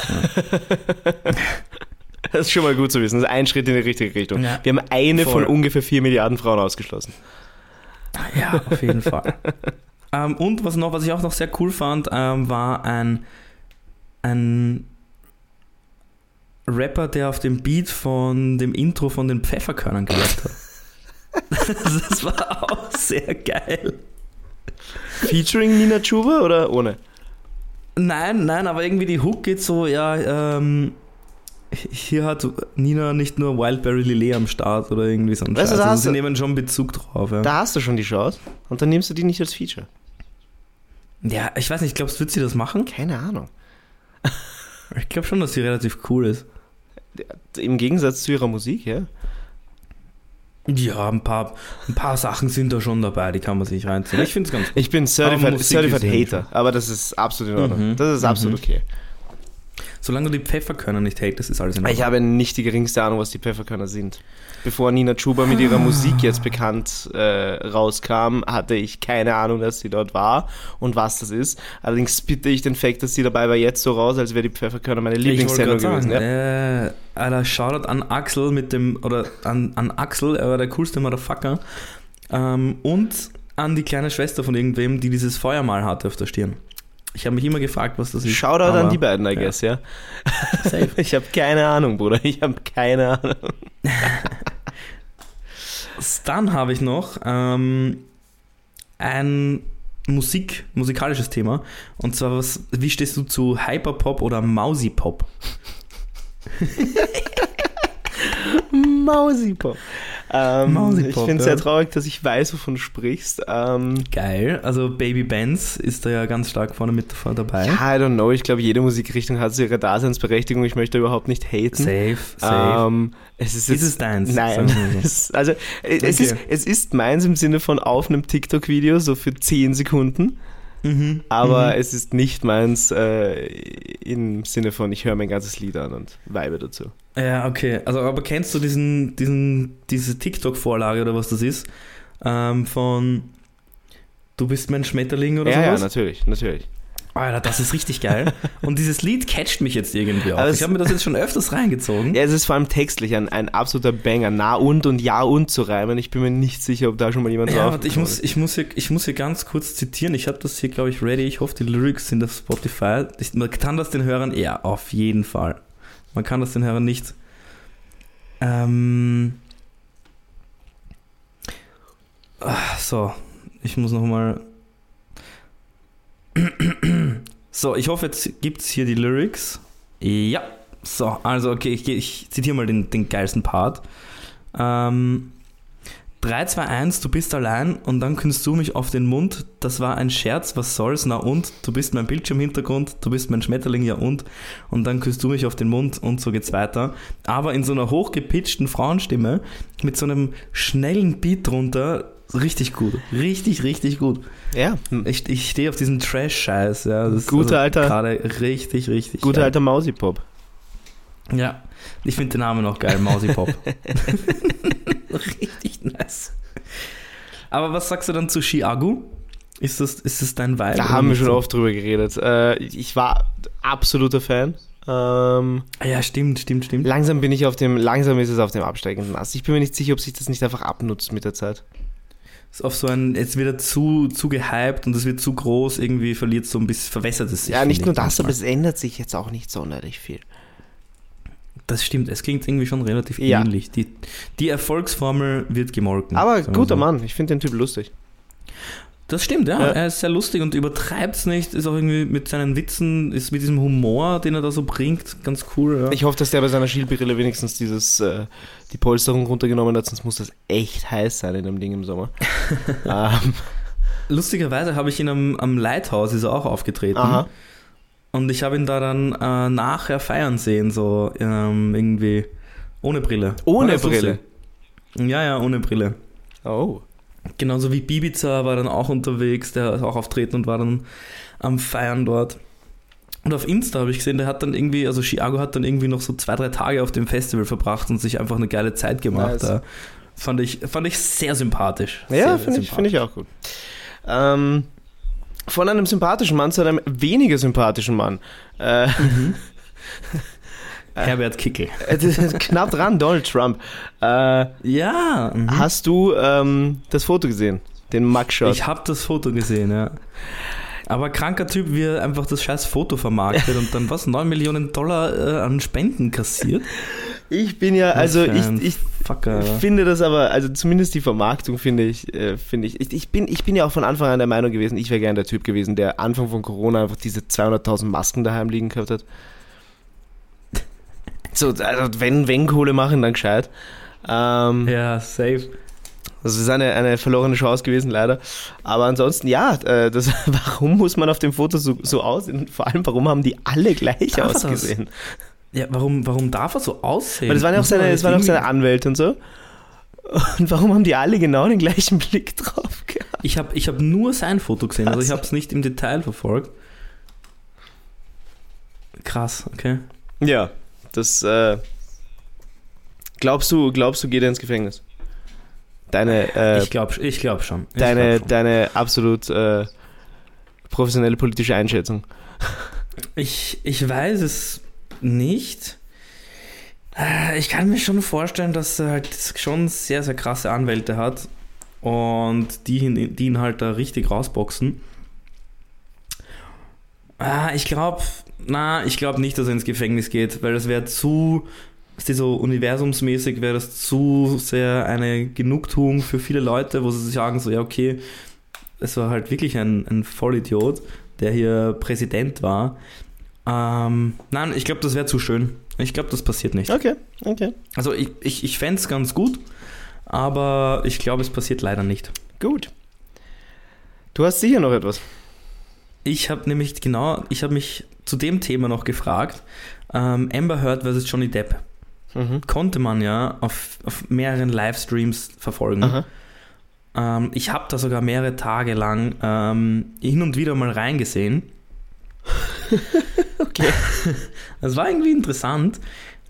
Das ist schon mal gut zu wissen. Das ist ein Schritt in die richtige Richtung. Ja. Wir haben eine Voll. von ungefähr vier Milliarden Frauen ausgeschlossen. Ja, auf jeden Fall. ähm, und was noch, was ich auch noch sehr cool fand, ähm, war ein, ein Rapper, der auf dem Beat von dem Intro von den Pfefferkörnern gerappt hat. Das war auch sehr geil. Featuring Nina Chuba oder ohne? Nein, nein, aber irgendwie die Hook geht so, ja, ähm, hier hat Nina nicht nur Wildberry Lillet am Start oder irgendwie so ein Weißt du, Scheiß. da Also hast sie du- nehmen schon Bezug drauf. Ja, Da hast du schon die Chance und dann nimmst du die nicht als Feature. ja ich weiß nicht, glaubst du, wird sie das machen? Keine Ahnung. Ich glaube schon, dass sie relativ cool ist. Im Gegensatz zu ihrer Musik, ja. Ja, ein paar, ein paar Sachen sind da schon dabei, die kann man sich reinziehen. Ich finde es ganz gut. Ich bin Aber Certified, Musik Certified ist ja Hater, aber das ist absolut in Ordnung. Mhm. Das ist absolut Mhm. okay. Solange du die Pfefferkörner nicht hatest, ist alles in Ordnung. Ich habe nicht die geringste Ahnung, was die Pfefferkörner sind. Bevor Nina Chuba mit ihrer Musik jetzt bekannt äh, rauskam, hatte ich keine Ahnung, dass sie dort war und was das ist. Allerdings spitte ich den Fakt, dass sie dabei war, jetzt so raus, als wäre die Pfefferkörner meine Ich wollte Lieblingssendung gerade gewesen. sagen, Ja? äh, Alter, Shoutout an Axel mit dem, oder an, an Axel, er war der coolste Motherfucker. Ähm, und an die kleine Schwester von irgendwem, die dieses Feuermal hatte auf der Stirn. Ich habe mich immer gefragt, was das ist. Shoutout aber- an die beiden, I ja. guess, ja. Safe. Ich habe keine Ahnung, Bruder. Ich habe keine Ahnung. Dann habe ich noch ähm, ein Musik, musikalisches Thema. Und zwar, was, wie stehst du zu Hyperpop oder Mausipop? Mausipop. Ähm, Mausipop, ich finde es ja. sehr traurig, dass ich weiß, wovon du sprichst. Ähm, Geil. Also Baby Benz ist da ja ganz stark vorne mit davon dabei. ja, I don't know. Ich glaube, jede Musikrichtung hat so ihre Daseinsberechtigung. Ich möchte überhaupt nicht haten. Safe, safe. Ähm, es ist, Ist jetzt, es deins? Nein. Sagen wir so. Es, also, es, es, Okay. ist, es ist meins im Sinne von auf einem TikTok-Video, so für zehn Sekunden. Mhm. Aber mhm. es ist nicht meins äh, im Sinne von, ich höre mein ganzes Lied an und vibe dazu. Ja, okay. Also, aber kennst du diesen, diesen, diese TikTok-Vorlage oder was das ist? Ähm, von Du bist mein Schmetterling oder Ja, ja, sowas? natürlich, natürlich. Alter, das ist richtig geil. Und dieses Lied catcht mich jetzt irgendwie auch. Aber Ich es- habe mir das jetzt schon öfters reingezogen. Ja, es ist vor allem textlich ein, ein absoluter Banger. Na und und ja und zu reimen. Ich bin mir nicht sicher, ob da schon mal jemand Ja, drauf warte, ich muss, ich, muss hier, ich muss hier ganz kurz zitieren. Ich habe das hier, glaube ich, ready. Ich hoffe, die Lyrics sind auf Spotify. Ich, man kann das den Hörern, ja, auf jeden Fall. Man kann das den Hörern nicht. Ähm. Ach, so, ich muss nochmal. So, ich hoffe, jetzt gibt es hier die Lyrics. Ja, so, also okay, ich, ich zitiere mal den, den geilsten Part. Ähm, drei, zwei, eins, du bist allein und dann küsst du mich auf den Mund. Das war ein Scherz, was soll's, na und? Du bist mein Bildschirmhintergrund, du bist mein Schmetterling, ja und? Und dann küsst du mich auf den Mund und so geht's weiter. Aber in so einer hochgepitchten Frauenstimme mit so einem schnellen Beat drunter. Richtig gut. Richtig, richtig gut. Ja, Ich, ich stehe auf diesen Trash-Scheiß. Ja. Das ist Guter alter- Gerade richtig, richtig guter geil. alter Mausipop. Ja, ich finde den Namen noch geil, Mausipop. Richtig nice. Aber was sagst du dann zu Chiago? Ist das, ist das dein Vibe? Da oder haben wir nicht schon so? oft drüber geredet. Äh, ich war absoluter Fan. Ähm, Ah ja, stimmt, stimmt, stimmt. langsam bin ich auf dem, langsam ist es auf dem absteigenden Ast. Ich bin mir nicht sicher, ob sich das nicht einfach abnutzt mit der Zeit. Ist auf so ein, jetzt wird er zu, zu gehypt und es wird zu groß, irgendwie verliert so ein bisschen, verwässert es sich. Ja, nicht finde nur ich das, aber manchmal. es ändert sich jetzt auch nicht sonderlich viel. Das stimmt, es klingt irgendwie schon relativ Ja. ähnlich. Die, die Erfolgsformel wird gemolken. Aber sagen wir guter so. Mann, ich finde den Typ lustig. Das stimmt, ja. Ja. Er ist sehr lustig und übertreibt es nicht. Ist auch irgendwie mit seinen Witzen, ist mit diesem Humor, den er da so bringt, ganz cool. Ja. Ich hoffe, dass der bei seiner Schielbrille wenigstens dieses, äh, die Polsterung runtergenommen hat, sonst muss das echt heiß sein in dem Ding im Sommer. ähm, Lustigerweise habe ich ihn am, am Lighthouse ist er auch aufgetreten. aha. Und ich habe ihn da dann äh, nachher feiern sehen, so ähm, irgendwie ohne Brille. Ohne War ganz Brille? lustig. Ja, ja, ohne Brille. Oh. Genauso wie Bibiza war dann auch unterwegs, der ist auch auftreten und war dann am Feiern dort. Und auf Insta habe ich gesehen, der hat dann irgendwie, also Chiago hat dann irgendwie noch so zwei, drei Tage auf dem Festival verbracht und sich einfach eine geile Zeit gemacht. Nice. Da fand ich, fand ich sehr sympathisch. Ja, Sehr, finde sehr ich, find ich auch gut. Ähm, von einem sympathischen Mann zu einem weniger sympathischen Mann. Äh, Herbert Kickl. äh, das ist knapp dran, Donald Trump. Äh, Ja, mhm. Hast du ähm, das Foto gesehen? Den Mugshot? ich habe das Foto gesehen, ja. Aber kranker Typ, wie er einfach das scheiß Foto vermarktet und dann was, neun Millionen Dollar äh, an Spenden kassiert. Ich bin ja, also Was für ein ich, ich Fucker. finde das aber, also zumindest die Vermarktung finde ich, äh, finde ich, ich, ich bin, ich bin ja auch von Anfang an der Meinung gewesen, ich wäre gern der Typ gewesen, der Anfang von Corona einfach diese zweihunderttausend Masken daheim liegen gehabt hat. So, also wenn, wenn Kohle machen, dann gescheit. Ähm, Ja, safe. Das ist eine, eine verlorene Chance gewesen, leider. Aber ansonsten, ja, äh, das, warum muss man auf dem Foto so, so aussehen? Und vor allem, warum haben die alle gleich Darf das? ausgesehen? Ja, warum, warum darf er so aussehen? Weil das waren ja auch Muss man seine, jetzt das waren auch irgendwie- seine Anwälte und so. Und warum haben die alle genau den gleichen Blick drauf gehabt? Ich habe ich hab nur sein Foto gesehen, also ich Was? habe es nicht im Detail verfolgt. Krass, okay. Ja, das, äh, glaubst du, glaubst du, geht er ins Gefängnis? Deine, äh, ich glaube ich glaub schon. Ich deine, glaub schon. deine absolut äh, professionelle politische Einschätzung. Ich, ich weiß es nicht. Äh, Ich kann mir schon vorstellen, dass er halt schon sehr, sehr krasse Anwälte hat und die, ihn- die ihn halt da richtig rausboxen. Ah, ich glaube, na, ich glaube nicht, dass er ins Gefängnis geht, weil das wäre zu, ist die so universumsmäßig, wäre das zu sehr eine Genugtuung für viele Leute, wo sie sich sagen, so, ja, okay, es war halt wirklich ein, ein Vollidiot, der hier Präsident war. Ähm, nein, ich glaube, das wäre zu schön. Ich glaube, das passiert nicht. Okay, okay. Also ich, ich, ich fände es ganz gut, aber ich glaube, es passiert leider nicht. Gut. Du hast sicher noch etwas. Ich habe nämlich genau, ich habe mich zu dem Thema noch gefragt, ähm, Amber Heard versus Johnny Depp. Mhm. Konnte man ja auf, auf mehreren Livestreams verfolgen. Aha. Ähm, ich habe da sogar mehrere Tage lang ähm, hin und wieder mal reingesehen. Okay. Das war irgendwie interessant.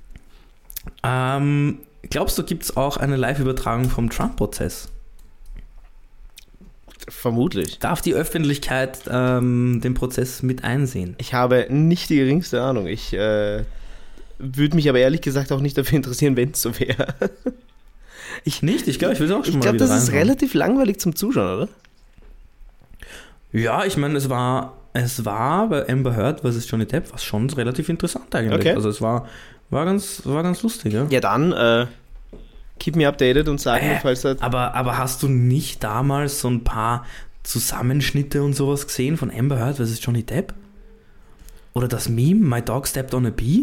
Ähm, glaubst du, gibt es auch eine Live-Übertragung vom Trump-Prozess? Vermutlich. Darf die Öffentlichkeit ähm, den Prozess mit einsehen? Ich habe nicht die geringste Ahnung. Ich äh, würde mich aber ehrlich gesagt auch nicht dafür interessieren, wenn es so wäre. Ich nicht, ich glaube, ich will es auch schon Ich mal glaube, wieder das ist reinschauen. relativ langweilig zum Zuschauen, oder? Ja, ich meine, es war, es war bei Amber Heard versus Johnny Depp was schon relativ interessant eigentlich. Okay. Also es war, war, ganz, war ganz lustig, ja. Ja, dann äh, keep me updated und sag mir, Äh, falls das... aber, aber hast du nicht damals so ein paar Zusammenschnitte und sowas gesehen von Amber Heard versus Johnny Depp? Oder das Meme, My Dog Stepped on a Bee?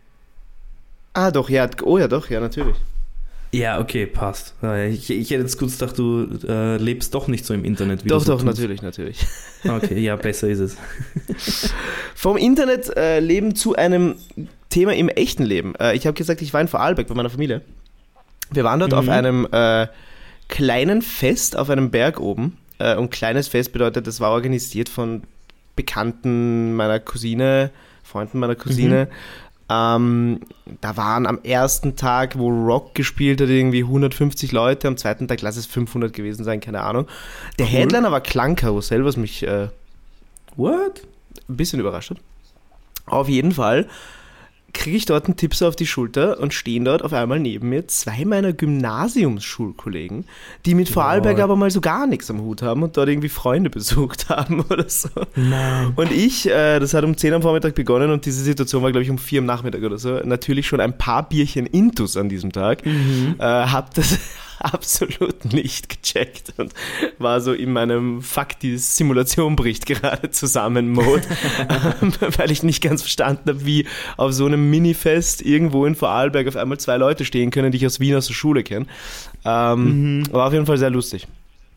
Ah, doch, ja. Oh ja, doch, ja, natürlich. Ja, okay, passt. Ich, ich hätte jetzt kurz gedacht, du äh, lebst doch nicht so im Internet. Wie Doch, du so doch, tust. natürlich, natürlich. Okay, ja, besser ist es. Vom Internetleben äh, zu einem Thema im echten Leben. Äh, ich habe gesagt, ich war in Vorarlberg bei meiner Familie. Wir waren dort Mhm. auf einem äh, kleinen Fest auf einem Berg oben. Äh, und kleines Fest bedeutet, das war organisiert von Bekannten meiner Cousine, Freunden meiner Cousine. Mhm. Ähm, da waren am ersten Tag, wo Rock gespielt hat, irgendwie hundertfünfzig Leute. Am zweiten Tag lass es fünfhundert gewesen sein, keine Ahnung. Der Cool. Headliner war Klangkarussell, was mich äh, What? ein bisschen überrascht hat. Auf jeden Fall kriege ich dort einen Tips auf die Schulter und stehen dort auf einmal neben mir zwei meiner Gymnasiumsschulkollegen, die mit Vorarlberg aber mal so gar nichts am Hut haben und dort irgendwie Freunde besucht haben oder so. Nein. Und ich, äh, das hat um zehn am Vormittag begonnen und diese Situation war, glaube ich, um vier am Nachmittag oder so, natürlich schon ein paar Bierchen Intus an diesem Tag, Mhm. äh, hab das absolut nicht gecheckt und war so in meinem Fuck, die Simulation bricht gerade zusammen Mode, ähm, weil ich nicht ganz verstanden habe, wie auf so einem Minifest irgendwo in Vorarlberg auf einmal zwei Leute stehen können, die ich aus Wien aus der Schule kenne. Ähm, Mhm. War auf jeden Fall sehr lustig.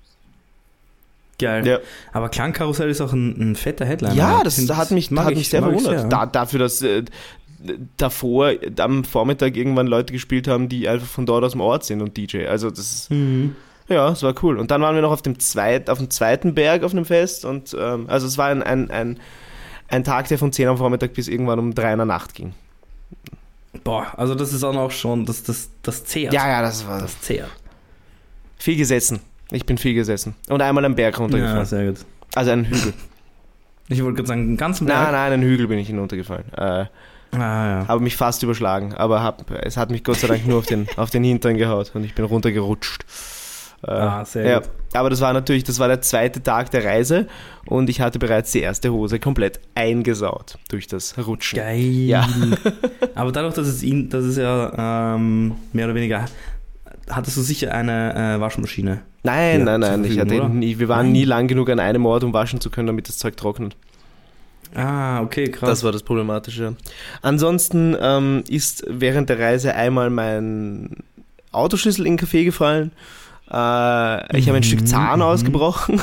Geil. Ja, Aber Klangkarussell ist auch ein, ein fetter Headliner. ja Ich das find, hat mich, mag hat ich- mich sehr mag ich verwundert. sehr. Da, dafür, dass äh, davor am Vormittag irgendwann Leute gespielt haben, die einfach von dort aus dem Ort sind und D J. Also das Mhm. Ja, es war cool. Und dann waren wir noch auf dem, zweit, auf dem zweiten Berg auf einem Fest. Und ähm, also es war ein, ein, ein, ein Tag, der von zehn am Vormittag bis irgendwann um drei in der Nacht ging. Boah, also das ist auch noch schon, das, das, das zehrt. Ja, ja, das war Das zehrt. viel gesessen. Ich bin viel gesessen. Und einmal am Berg runtergefallen. Ja, sehr gut. Also einen Hügel. Ich wollte gerade sagen, einen ganzen Berg. Nein, nein, einen Hügel bin ich hinuntergefallen. Äh, Ah, ja. habe mich fast überschlagen. Aber hab, es hat mich Gott sei Dank nur auf den, auf den Hintern gehaut und ich bin runtergerutscht. Äh, Ah, sehr ja, gut. aber das war natürlich, das war der zweite Tag der Reise und ich hatte bereits die erste Hose komplett eingesaut durch das Rutschen. Geil. Ja. Aber dadurch, dass es ihn, dass es ja ähm, mehr oder weniger, hattest du sicher eine äh, Waschmaschine. Nein, Ja, nein, zur nein, ich Verfügung, hatte oder? nie, wir waren Nein. nie lang genug an einem Ort, um waschen zu können, damit das Zeug trocknet. Ah, okay, krass. Das war das Problematische. Ansonsten ähm, ist während der Reise einmal mein Autoschlüssel in den Kaffee gefallen. Äh, ich habe ein Mhm, Stück Zahn mhm. ausgebrochen.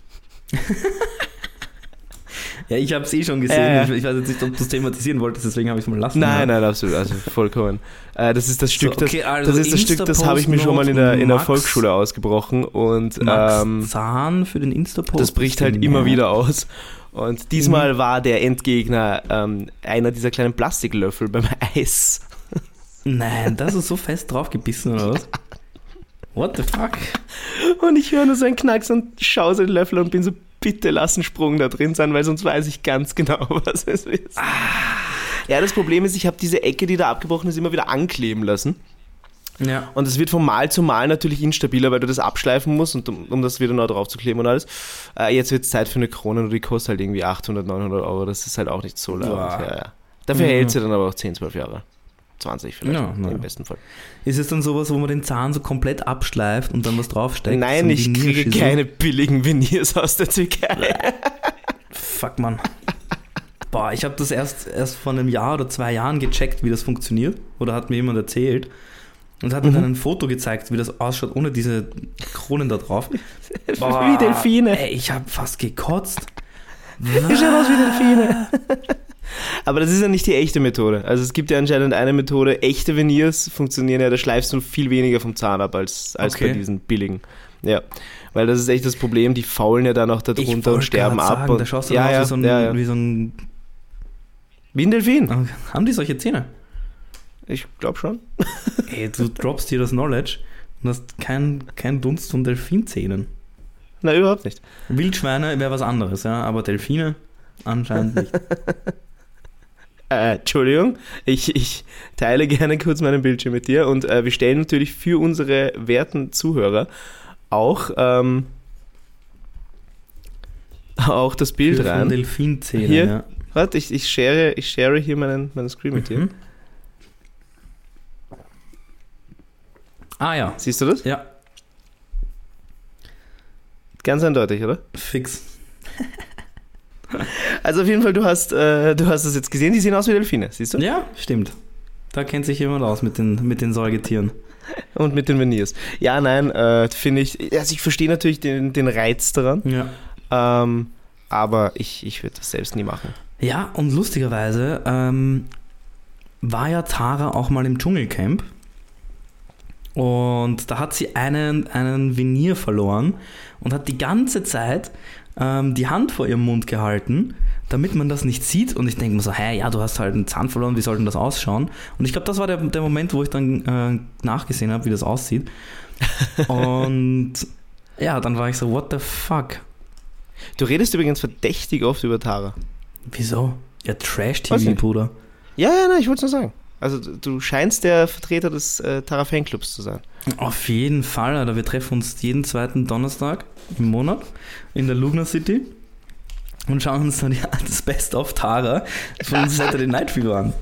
Ja, ich habe es eh schon gesehen. Äh. Ich, ich weiß jetzt nicht, ob du es thematisieren wolltest, deswegen habe ich es mal lassen. Nein, Ja. nein, absolut, also vollkommen. Äh, das ist das Stück, So, okay, das, also das ist das Stück, das habe ich mir schon mal in der, in der Volksschule ausgebrochen und Max ähm, Zahn für den Insta-Post. das bricht halt immer wieder aus. Und diesmal war der Endgegner ähm, einer dieser kleinen Plastiklöffel beim Eis. Nein, da hast du so fest drauf gebissen, oder was? What the fuck? Und ich höre nur so einen Knacks und schaue so den Löffel und bin so, bitte lass einen Sprung da drin sein, weil sonst weiß ich ganz genau, was es ist. Ja, das Problem ist, ich habe diese Ecke, die da abgebrochen ist, immer wieder ankleben lassen. Ja. Und es wird von Mal zu Mal natürlich instabiler, weil du das abschleifen musst, und um, um das wieder neu drauf zu kleben und alles. Äh, jetzt wird es Zeit für eine Krone und die kostet halt irgendwie achthundert, neunhundert Euro. Das ist halt auch nicht so laut. Boah. Ja, ja. Dafür Mhm. hält sie dann aber auch zehn, zwölf Jahre. zwanzig vielleicht, Ja, na. im besten Fall. Ist es dann sowas, wo man den Zahn so komplett abschleift und dann was draufsteckt? Nein, so ein ich kriege Vinierschüssel? keine billigen Veneers aus der Türkei. Fuck, Mann. Boah, ich habe das erst, erst vor einem Jahr oder zwei Jahren gecheckt, wie das funktioniert. Oder hat mir jemand erzählt. Und hat mir Mhm. dann ein Foto gezeigt, wie das ausschaut, ohne diese Kronen da drauf. Wie Delfine. Ey, ich habe fast gekotzt. Die schauen aus wie Delfine. Aber das ist ja nicht die echte Methode. Also es gibt ja anscheinend eine Methode, echte Veneers funktionieren ja, da schleifst du viel weniger vom Zahn ab als, als Okay. bei diesen billigen. Ja, weil das ist echt das Problem, die faulen ja dann auch da Ich drunter und wollte sterben grad ab. sagen, Und, da schaust du ja, dann ja, aus wie so ein, ja, ja. wie so ein... Wie ein Delfin. Haben die solche Zähne? Ich glaube schon. Ey, du droppst hier das Knowledge und hast keinen kein Dunst von Delfinzähnen. Na, überhaupt nicht. Wildschweine wäre was anderes, ja, aber Delfine anscheinend nicht. Äh, Entschuldigung, ich, ich teile gerne kurz meinen Bildschirm mit dir und äh, wir stellen natürlich für unsere werten Zuhörer auch, ähm, auch das Bild Für rein. Delfinzähne, Hier, ja. warte, ich, ich, share, ich share hier meinen, meinen Screen mit dir. Mhm. Ah ja, Siehst du das? ja, Ganz eindeutig, oder? fix. Also auf jeden Fall, du hast, äh, du hast das jetzt gesehen, die sehen aus wie Delfine, siehst du? Ja, stimmt. Da kennt sich jemand aus mit den, mit den Säugetieren. Und mit den Veneers. Ja, nein, äh, finde ich, also ich verstehe natürlich den, den Reiz daran, Ja. ähm, aber ich, ich würde das selbst nie machen. Ja, und lustigerweise ähm, war ja Tara auch mal im Dschungelcamp und da hat sie einen, einen Venier verloren und hat die ganze Zeit ähm, die Hand vor ihrem Mund gehalten, damit man das nicht sieht. Und ich denke mir so, hey, ja, du hast halt einen Zahn verloren, wie soll denn das ausschauen? Und ich glaube, das war der, der Moment, wo ich dann äh, nachgesehen habe, wie das aussieht. Und ja, dann war ich so, what the fuck? Du redest übrigens verdächtig oft über Tara. Wieso? Ja, Trash-T Weiß V, nicht. Bruder. Ja, ja, nein, ich wollte es nur sagen. Also du du scheinst der Vertreter des äh, Tara-Fanclubs zu sein. Auf jeden Fall, Alter. Wir treffen uns jeden zweiten Donnerstag im Monat in der Lugner City und schauen uns dann ja das Best of Tara von Saturday Night Fever an.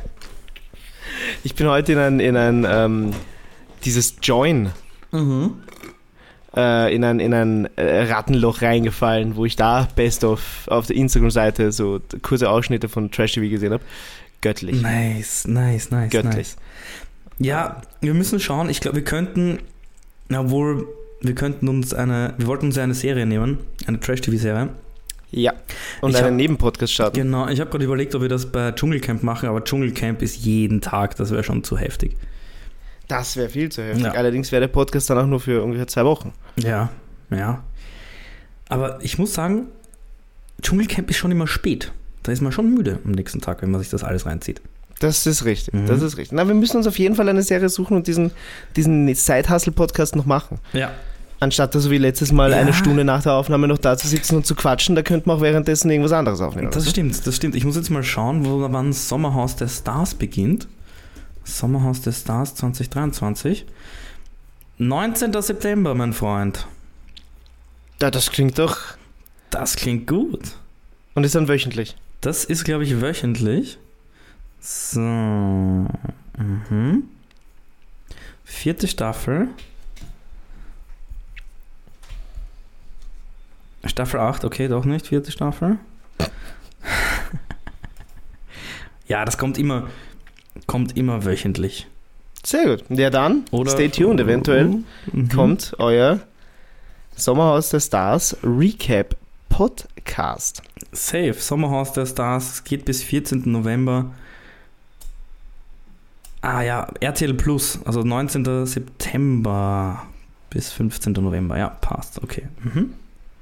Ich bin heute in ein, in ein ähm, dieses Join, Mhm. äh, in ein, in ein äh, Rattenloch reingefallen, wo ich da Best of auf der Instagram-Seite so kurze Ausschnitte von Trash T V gesehen habe. Göttlich. Nice, nice, nice, Göttlich. nice. Ja, wir müssen schauen. Ich glaube, wir könnten, obwohl, wir könnten uns eine, wir wollten uns ja eine Serie nehmen, eine Trash-T V-Serie. Ja. Und Ich einen hab- Nebenpodcast starten. Genau, ich habe gerade überlegt, ob wir das bei Dschungelcamp machen, aber Dschungelcamp ist jeden Tag, das wäre schon zu heftig. Das wäre viel zu heftig. Ja. Allerdings wäre der Podcast dann auch nur für ungefähr zwei Wochen. Ja, ja. Aber ich muss sagen, Dschungelcamp ist schon immer spät. Da ist man schon müde am nächsten Tag, wenn man sich das alles reinzieht. Das ist richtig, Mhm. das ist richtig. Na, wir müssen uns auf jeden Fall eine Serie suchen und diesen, diesen Side-Hustle-Podcast noch machen. Ja. Anstatt da so wie letztes Mal Ja. eine Stunde nach der Aufnahme noch da zu sitzen und zu quatschen, da könnte man auch währenddessen irgendwas anderes aufnehmen. Das oder? stimmt, das stimmt. Ich muss jetzt mal schauen, wo, wann Sommerhaus der Stars beginnt. Sommerhaus der Stars zwanzig dreiundzwanzig. neunzehnten September, mein Freund. Ja, das klingt doch... Das klingt gut. Und ist dann wöchentlich. Das ist, glaube ich, wöchentlich. So. Mhm. Vierte Staffel. Staffel acht, okay, doch nicht. Vierte Staffel. Ja, das kommt immer, kommt immer wöchentlich. Sehr gut. Ja dann, Oder, stay tuned, eventuell Mhm. kommt euer Sommerhaus der Stars Recap Podcast. Safe. Sommerhaus der Stars geht bis vierzehnten November. Ah ja, R T L Plus, also neunzehnten September bis fünfzehnten November. Ja, passt. Okay. Mhm.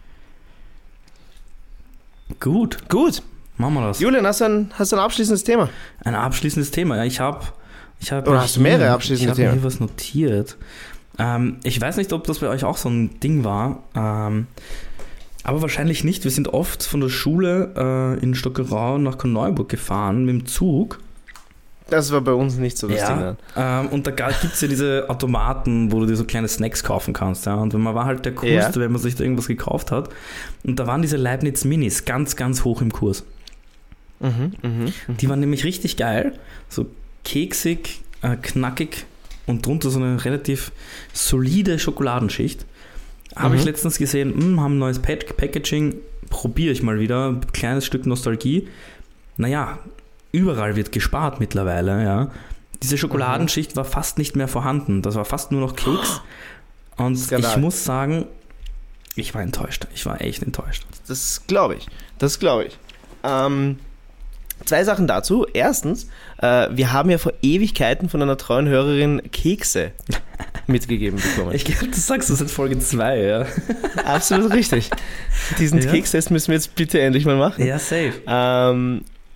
Gut, Gut. machen wir das. Julian, hast du ein, hast du ein abschließendes Thema? Ein abschließendes Thema. Ja, ich habe ich hab Oder mir hast du mehrere hier- abschließende Ich habe mir Themen? hier was notiert. Ähm, ich weiß nicht, ob das bei euch auch so ein Ding war. Ähm, aber wahrscheinlich nicht. Wir sind oft von der Schule äh, in Stockerau nach Korneuburg gefahren mit dem Zug. Das war bei uns nicht so das Ding. Ja, Dann. ähm, und da gibt es ja diese Automaten, wo du dir so kleine Snacks kaufen kannst. Ja? Und man war halt der Coolste, Ja. wenn man sich da irgendwas gekauft hat. Und da waren diese Leibniz Minis ganz, ganz hoch im Kurs. Mhm, mhm. Die waren nämlich richtig geil. So keksig, äh, knackig und drunter so eine relativ solide Schokoladenschicht. Habe Mhm. ich letztens gesehen, mh, haben ein neues Pack Packaging, probiere ich mal wieder. Kleines Stück Nostalgie. Naja, überall wird gespart mittlerweile, ja. Diese Schokoladenschicht war fast nicht mehr vorhanden. Das war fast nur noch Keks. Und Skandal. ich muss sagen, ich war enttäuscht. Ich war echt enttäuscht. Das glaube ich. Das glaube ich. Ähm, zwei Sachen dazu. Erstens, äh, wir haben ja vor Ewigkeiten von einer treuen Hörerin Kekse mitgegeben bekommen. Ich glaube, du sagst das in Folge zwei, ja. Absolut richtig. Diesen Ja. Kekstest müssen wir jetzt bitte endlich mal machen. Ja, safe. Ähm,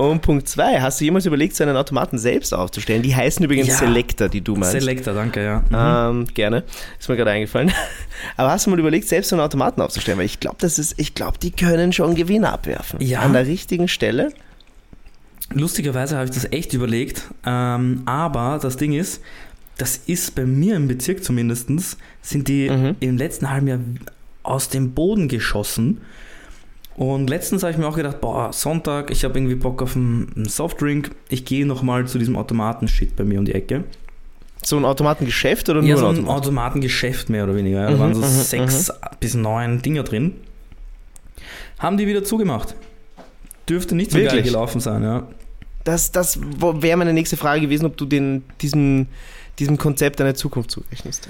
Und Punkt zwei, hast du jemals überlegt, so einen Automaten selbst aufzustellen? Die heißen übrigens Ja. Selector, die du meinst. Selector, danke, ja. Mhm. Ähm, gerne. Ist mir gerade eingefallen. Aber hast du mal überlegt, selbst so einen Automaten aufzustellen? Weil ich glaube, das ist, ich glaube, die können schon Gewinne abwerfen. Ja. An der richtigen Stelle. Lustigerweise habe ich das echt überlegt, ähm, aber das Ding ist, das ist bei mir im Bezirk zumindest, sind die Mhm. im letzten halben Jahr aus dem Boden geschossen. Und letztens habe ich mir auch gedacht, boah, Sonntag, ich habe irgendwie Bock auf einen, einen Softdrink, ich gehe nochmal zu diesem Automaten-Shit bei mir um die Ecke. So ein Automatengeschäft oder nur Ja, so ein ein Automat? Automatengeschäft mehr oder weniger. Da Mhm, waren so mhm, sechs bis neun Dinger drin. Haben die wieder zugemacht. Dürfte nicht so geil Wirklich? gelaufen sein, ja. Das, das wäre meine nächste Frage gewesen, ob du den, diesem, diesem Konzept eine Zukunft zurechnest.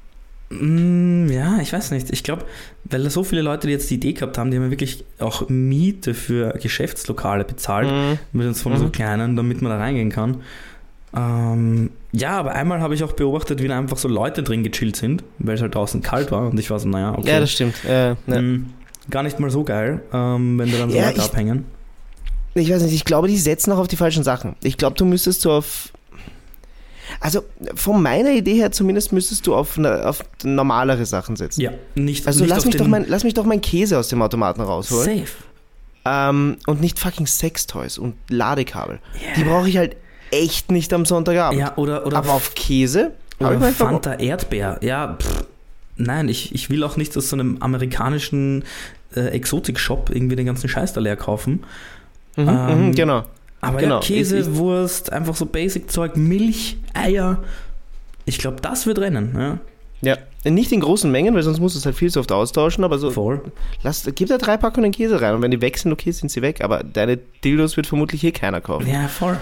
Mm, ja, ich weiß nicht. Ich glaube, weil da so viele Leute, die jetzt die Idee gehabt haben, die haben ja wirklich auch Miete für Geschäftslokale bezahlt, Mhm. mit uns von so Mhm. kleinen, damit man da reingehen kann. Ähm, ja, aber einmal habe ich auch beobachtet, wie da einfach so Leute drin gechillt sind, weil es halt draußen kalt war und ich war so, naja, okay. Ja, das stimmt. Äh, ne. Mm, gar nicht mal so geil, ähm, wenn da dann so Ja, Leute ich- abhängen. Ich weiß nicht, ich glaube, die setzen auch auf die falschen Sachen. Ich glaube, du müsstest so auf... Also, von meiner Idee her zumindest müsstest du auf, eine, auf normalere Sachen setzen. Ja, nicht Also nicht lass auf mich, den doch mein, lass mich doch meinen Käse aus dem Automaten rausholen. Safe. Ähm, und nicht fucking Sextoys und Ladekabel. Die brauche ich halt echt nicht am Sonntagabend. Ja, oder, oder, Aber auf Käse habe ich oder manchmal Bock. Fanta Erdbeer. Ja, pff, nein, ich, ich will auch nicht aus so einem amerikanischen äh, Exotik-Shop irgendwie den ganzen Scheiß da leer kaufen. Mhm, Ähm, mhm, genau. Aber Genau. ja, Käse, Ich- ich- Wurst, einfach so Basic-Zeug, Milch, Eier. Ich glaube, das wird rennen. Ja, Ja, nicht in großen Mengen, weil sonst musst du es halt viel zu oft austauschen, aber so, voll. lass, gib da drei Packungen Käse rein und wenn die weg sind, okay, sind sie weg, aber deine Dildos wird vermutlich eh keiner kaufen. Ja, voll.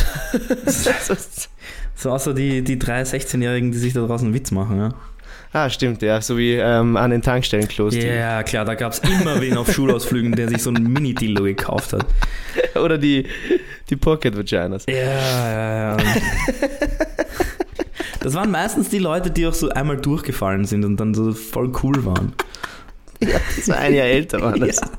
So außer die, die drei sechzehnjährigen, die sich da draußen einen Witz machen. Ja, Ah, stimmt, ja, so wie ähm, an den Tankstellenklos. die- ja klar, da gab es immer wen auf Schulausflügen, der sich so ein Mini-Dildo gekauft hat. Oder die, die Pocket Vaginas. Ja, ja, ja. Das waren meistens die Leute, die auch so einmal durchgefallen sind und dann so voll cool waren. Ja, so ein Jahr älter war das. Ja.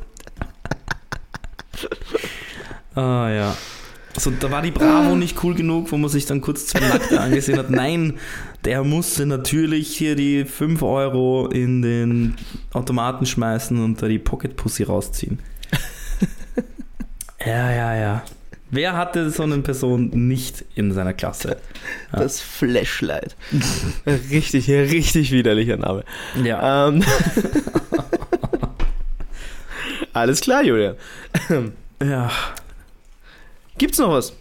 Ah ja. So, da war die Bravo nicht cool genug, wo man sich dann kurz zwei Nackte angesehen hat. Nein, der musste natürlich hier die fünf Euro in den Automaten schmeißen und da die Pocket Pussy rausziehen. Ja, ja, ja. Wer hatte so eine Person nicht in seiner Klasse? Ja. Das Flashlight. Richtig, richtig widerlicher Name. Ja. Ähm. Alles klar, Julian. Ja. Gibt's noch was?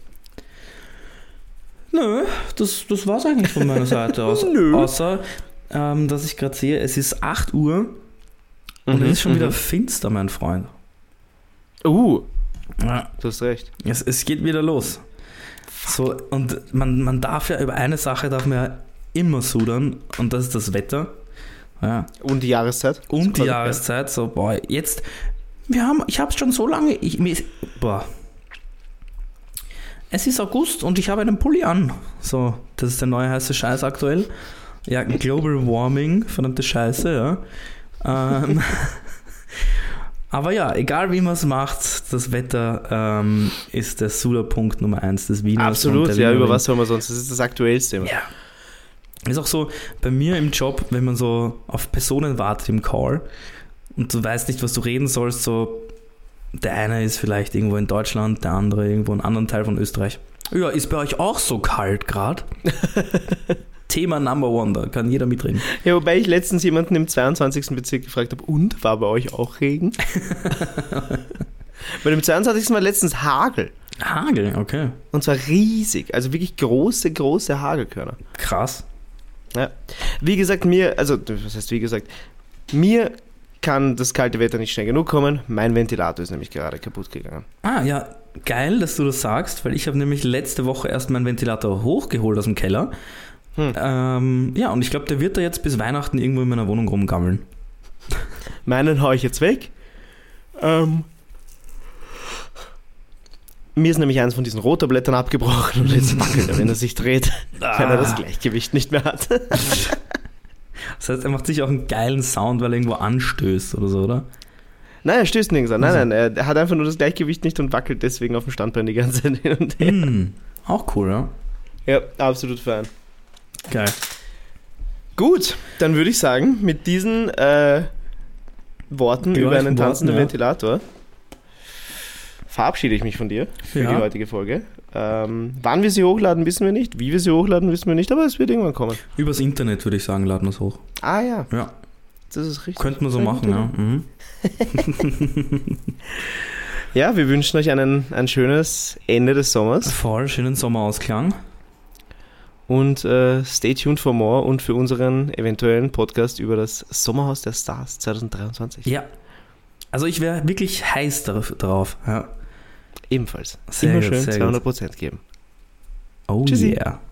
Nö, das, das war's eigentlich von meiner Seite aus. Nö. Außer, ähm, dass ich gerade sehe, es ist acht Uhr und Mhm, es ist schon wieder mhm. finster, mein Freund. Uh, Ja, du hast recht. es, es geht wieder los. So, und man, man darf ja, über eine Sache darf man ja immer sudern und das ist das Wetter. Ja. Und die Jahreszeit? Und die Das- Jahreszeit, so, boah, jetzt, wir haben, ich hab's schon so lange, ich, mir ist, boah. Es ist August und ich habe einen Pulli an. So, das ist der neue heiße Scheiß aktuell. Ja, Global Warming, verdammte Scheiße, ja. ähm, aber ja, egal wie man es macht, das Wetter ähm, ist der Suderpunkt Nummer eins des Wieners. Absolut, und der ja, über Wienerin. was soll man sonst? Das ist das aktuellste immer. Ja. Ist auch so, bei mir im Job, wenn man so auf Personen wartet im Call und du weißt nicht, was du reden sollst, so der eine ist vielleicht irgendwo in Deutschland, der andere irgendwo in einem anderen Teil von Österreich. Ja, ist bei euch auch so kalt gerade? Thema Number One, da kann jeder mitreden. Ja, wobei ich letztens jemanden im zweiundzwanzigsten Bezirk gefragt habe, und, war bei euch auch Regen? Bei dem zweiundzwanzigsten war letztens Hagel. Hagel, okay. Und zwar riesig, also wirklich große, große Hagelkörner. Krass. Ja. Wie gesagt, mir, also, was heißt wie gesagt, mir kann das kalte Wetter nicht schnell genug kommen. Mein Ventilator ist nämlich gerade kaputt gegangen. Ah, ja, geil, dass du das sagst, weil ich habe nämlich letzte Woche erst meinen Ventilator hochgeholt aus dem Keller. Hm. Ähm, ja, und ich glaube, der wird da jetzt bis Weihnachten irgendwo in meiner Wohnung rumgammeln. Meinen haue ich jetzt weg. Ähm, mir ist nämlich eins von diesen Rotorblättern abgebrochen und jetzt wackelt er, wenn er sich dreht, weil er das Gleichgewicht nicht mehr hat. Das heißt, er macht sich auch einen geilen Sound, weil er irgendwo anstößt oder so, oder? Nein, er stößt nirgends an. Nein, Also. nein, er hat einfach nur das Gleichgewicht nicht und wackelt deswegen auf dem Standbein die ganze Zeit hin und her. Mm, auch cool, ja. Ja, absolut fein. Geil. Gut, dann würde ich sagen, mit diesen äh, Worten über einen tanzenden Worten, ja. Ventilator verabschiede ich mich von dir für Ja. die heutige Folge. Ähm, wann wir sie hochladen, wissen wir nicht. Wie wir sie hochladen, wissen wir nicht, aber es wird irgendwann kommen. Übers Internet würde ich sagen, laden wir es hoch. Ah ja, Ja, das ist richtig. könnten wir so Sehr machen, gut, ja. Mhm. Ja, wir wünschen euch einen, ein schönes Ende des Sommers Voll, schönen Sommerausklang. und äh, stay tuned for more und für unseren eventuellen Podcast über das Sommerhaus der Stars zwanzig dreiundzwanzig. Ja. Also ich wäre wirklich heiß drauf. drauf. Ja. Ebenfalls. Sehr Immer gut, schön sehr zweihundert Prozent geben. Oh Tschüssi. yeah.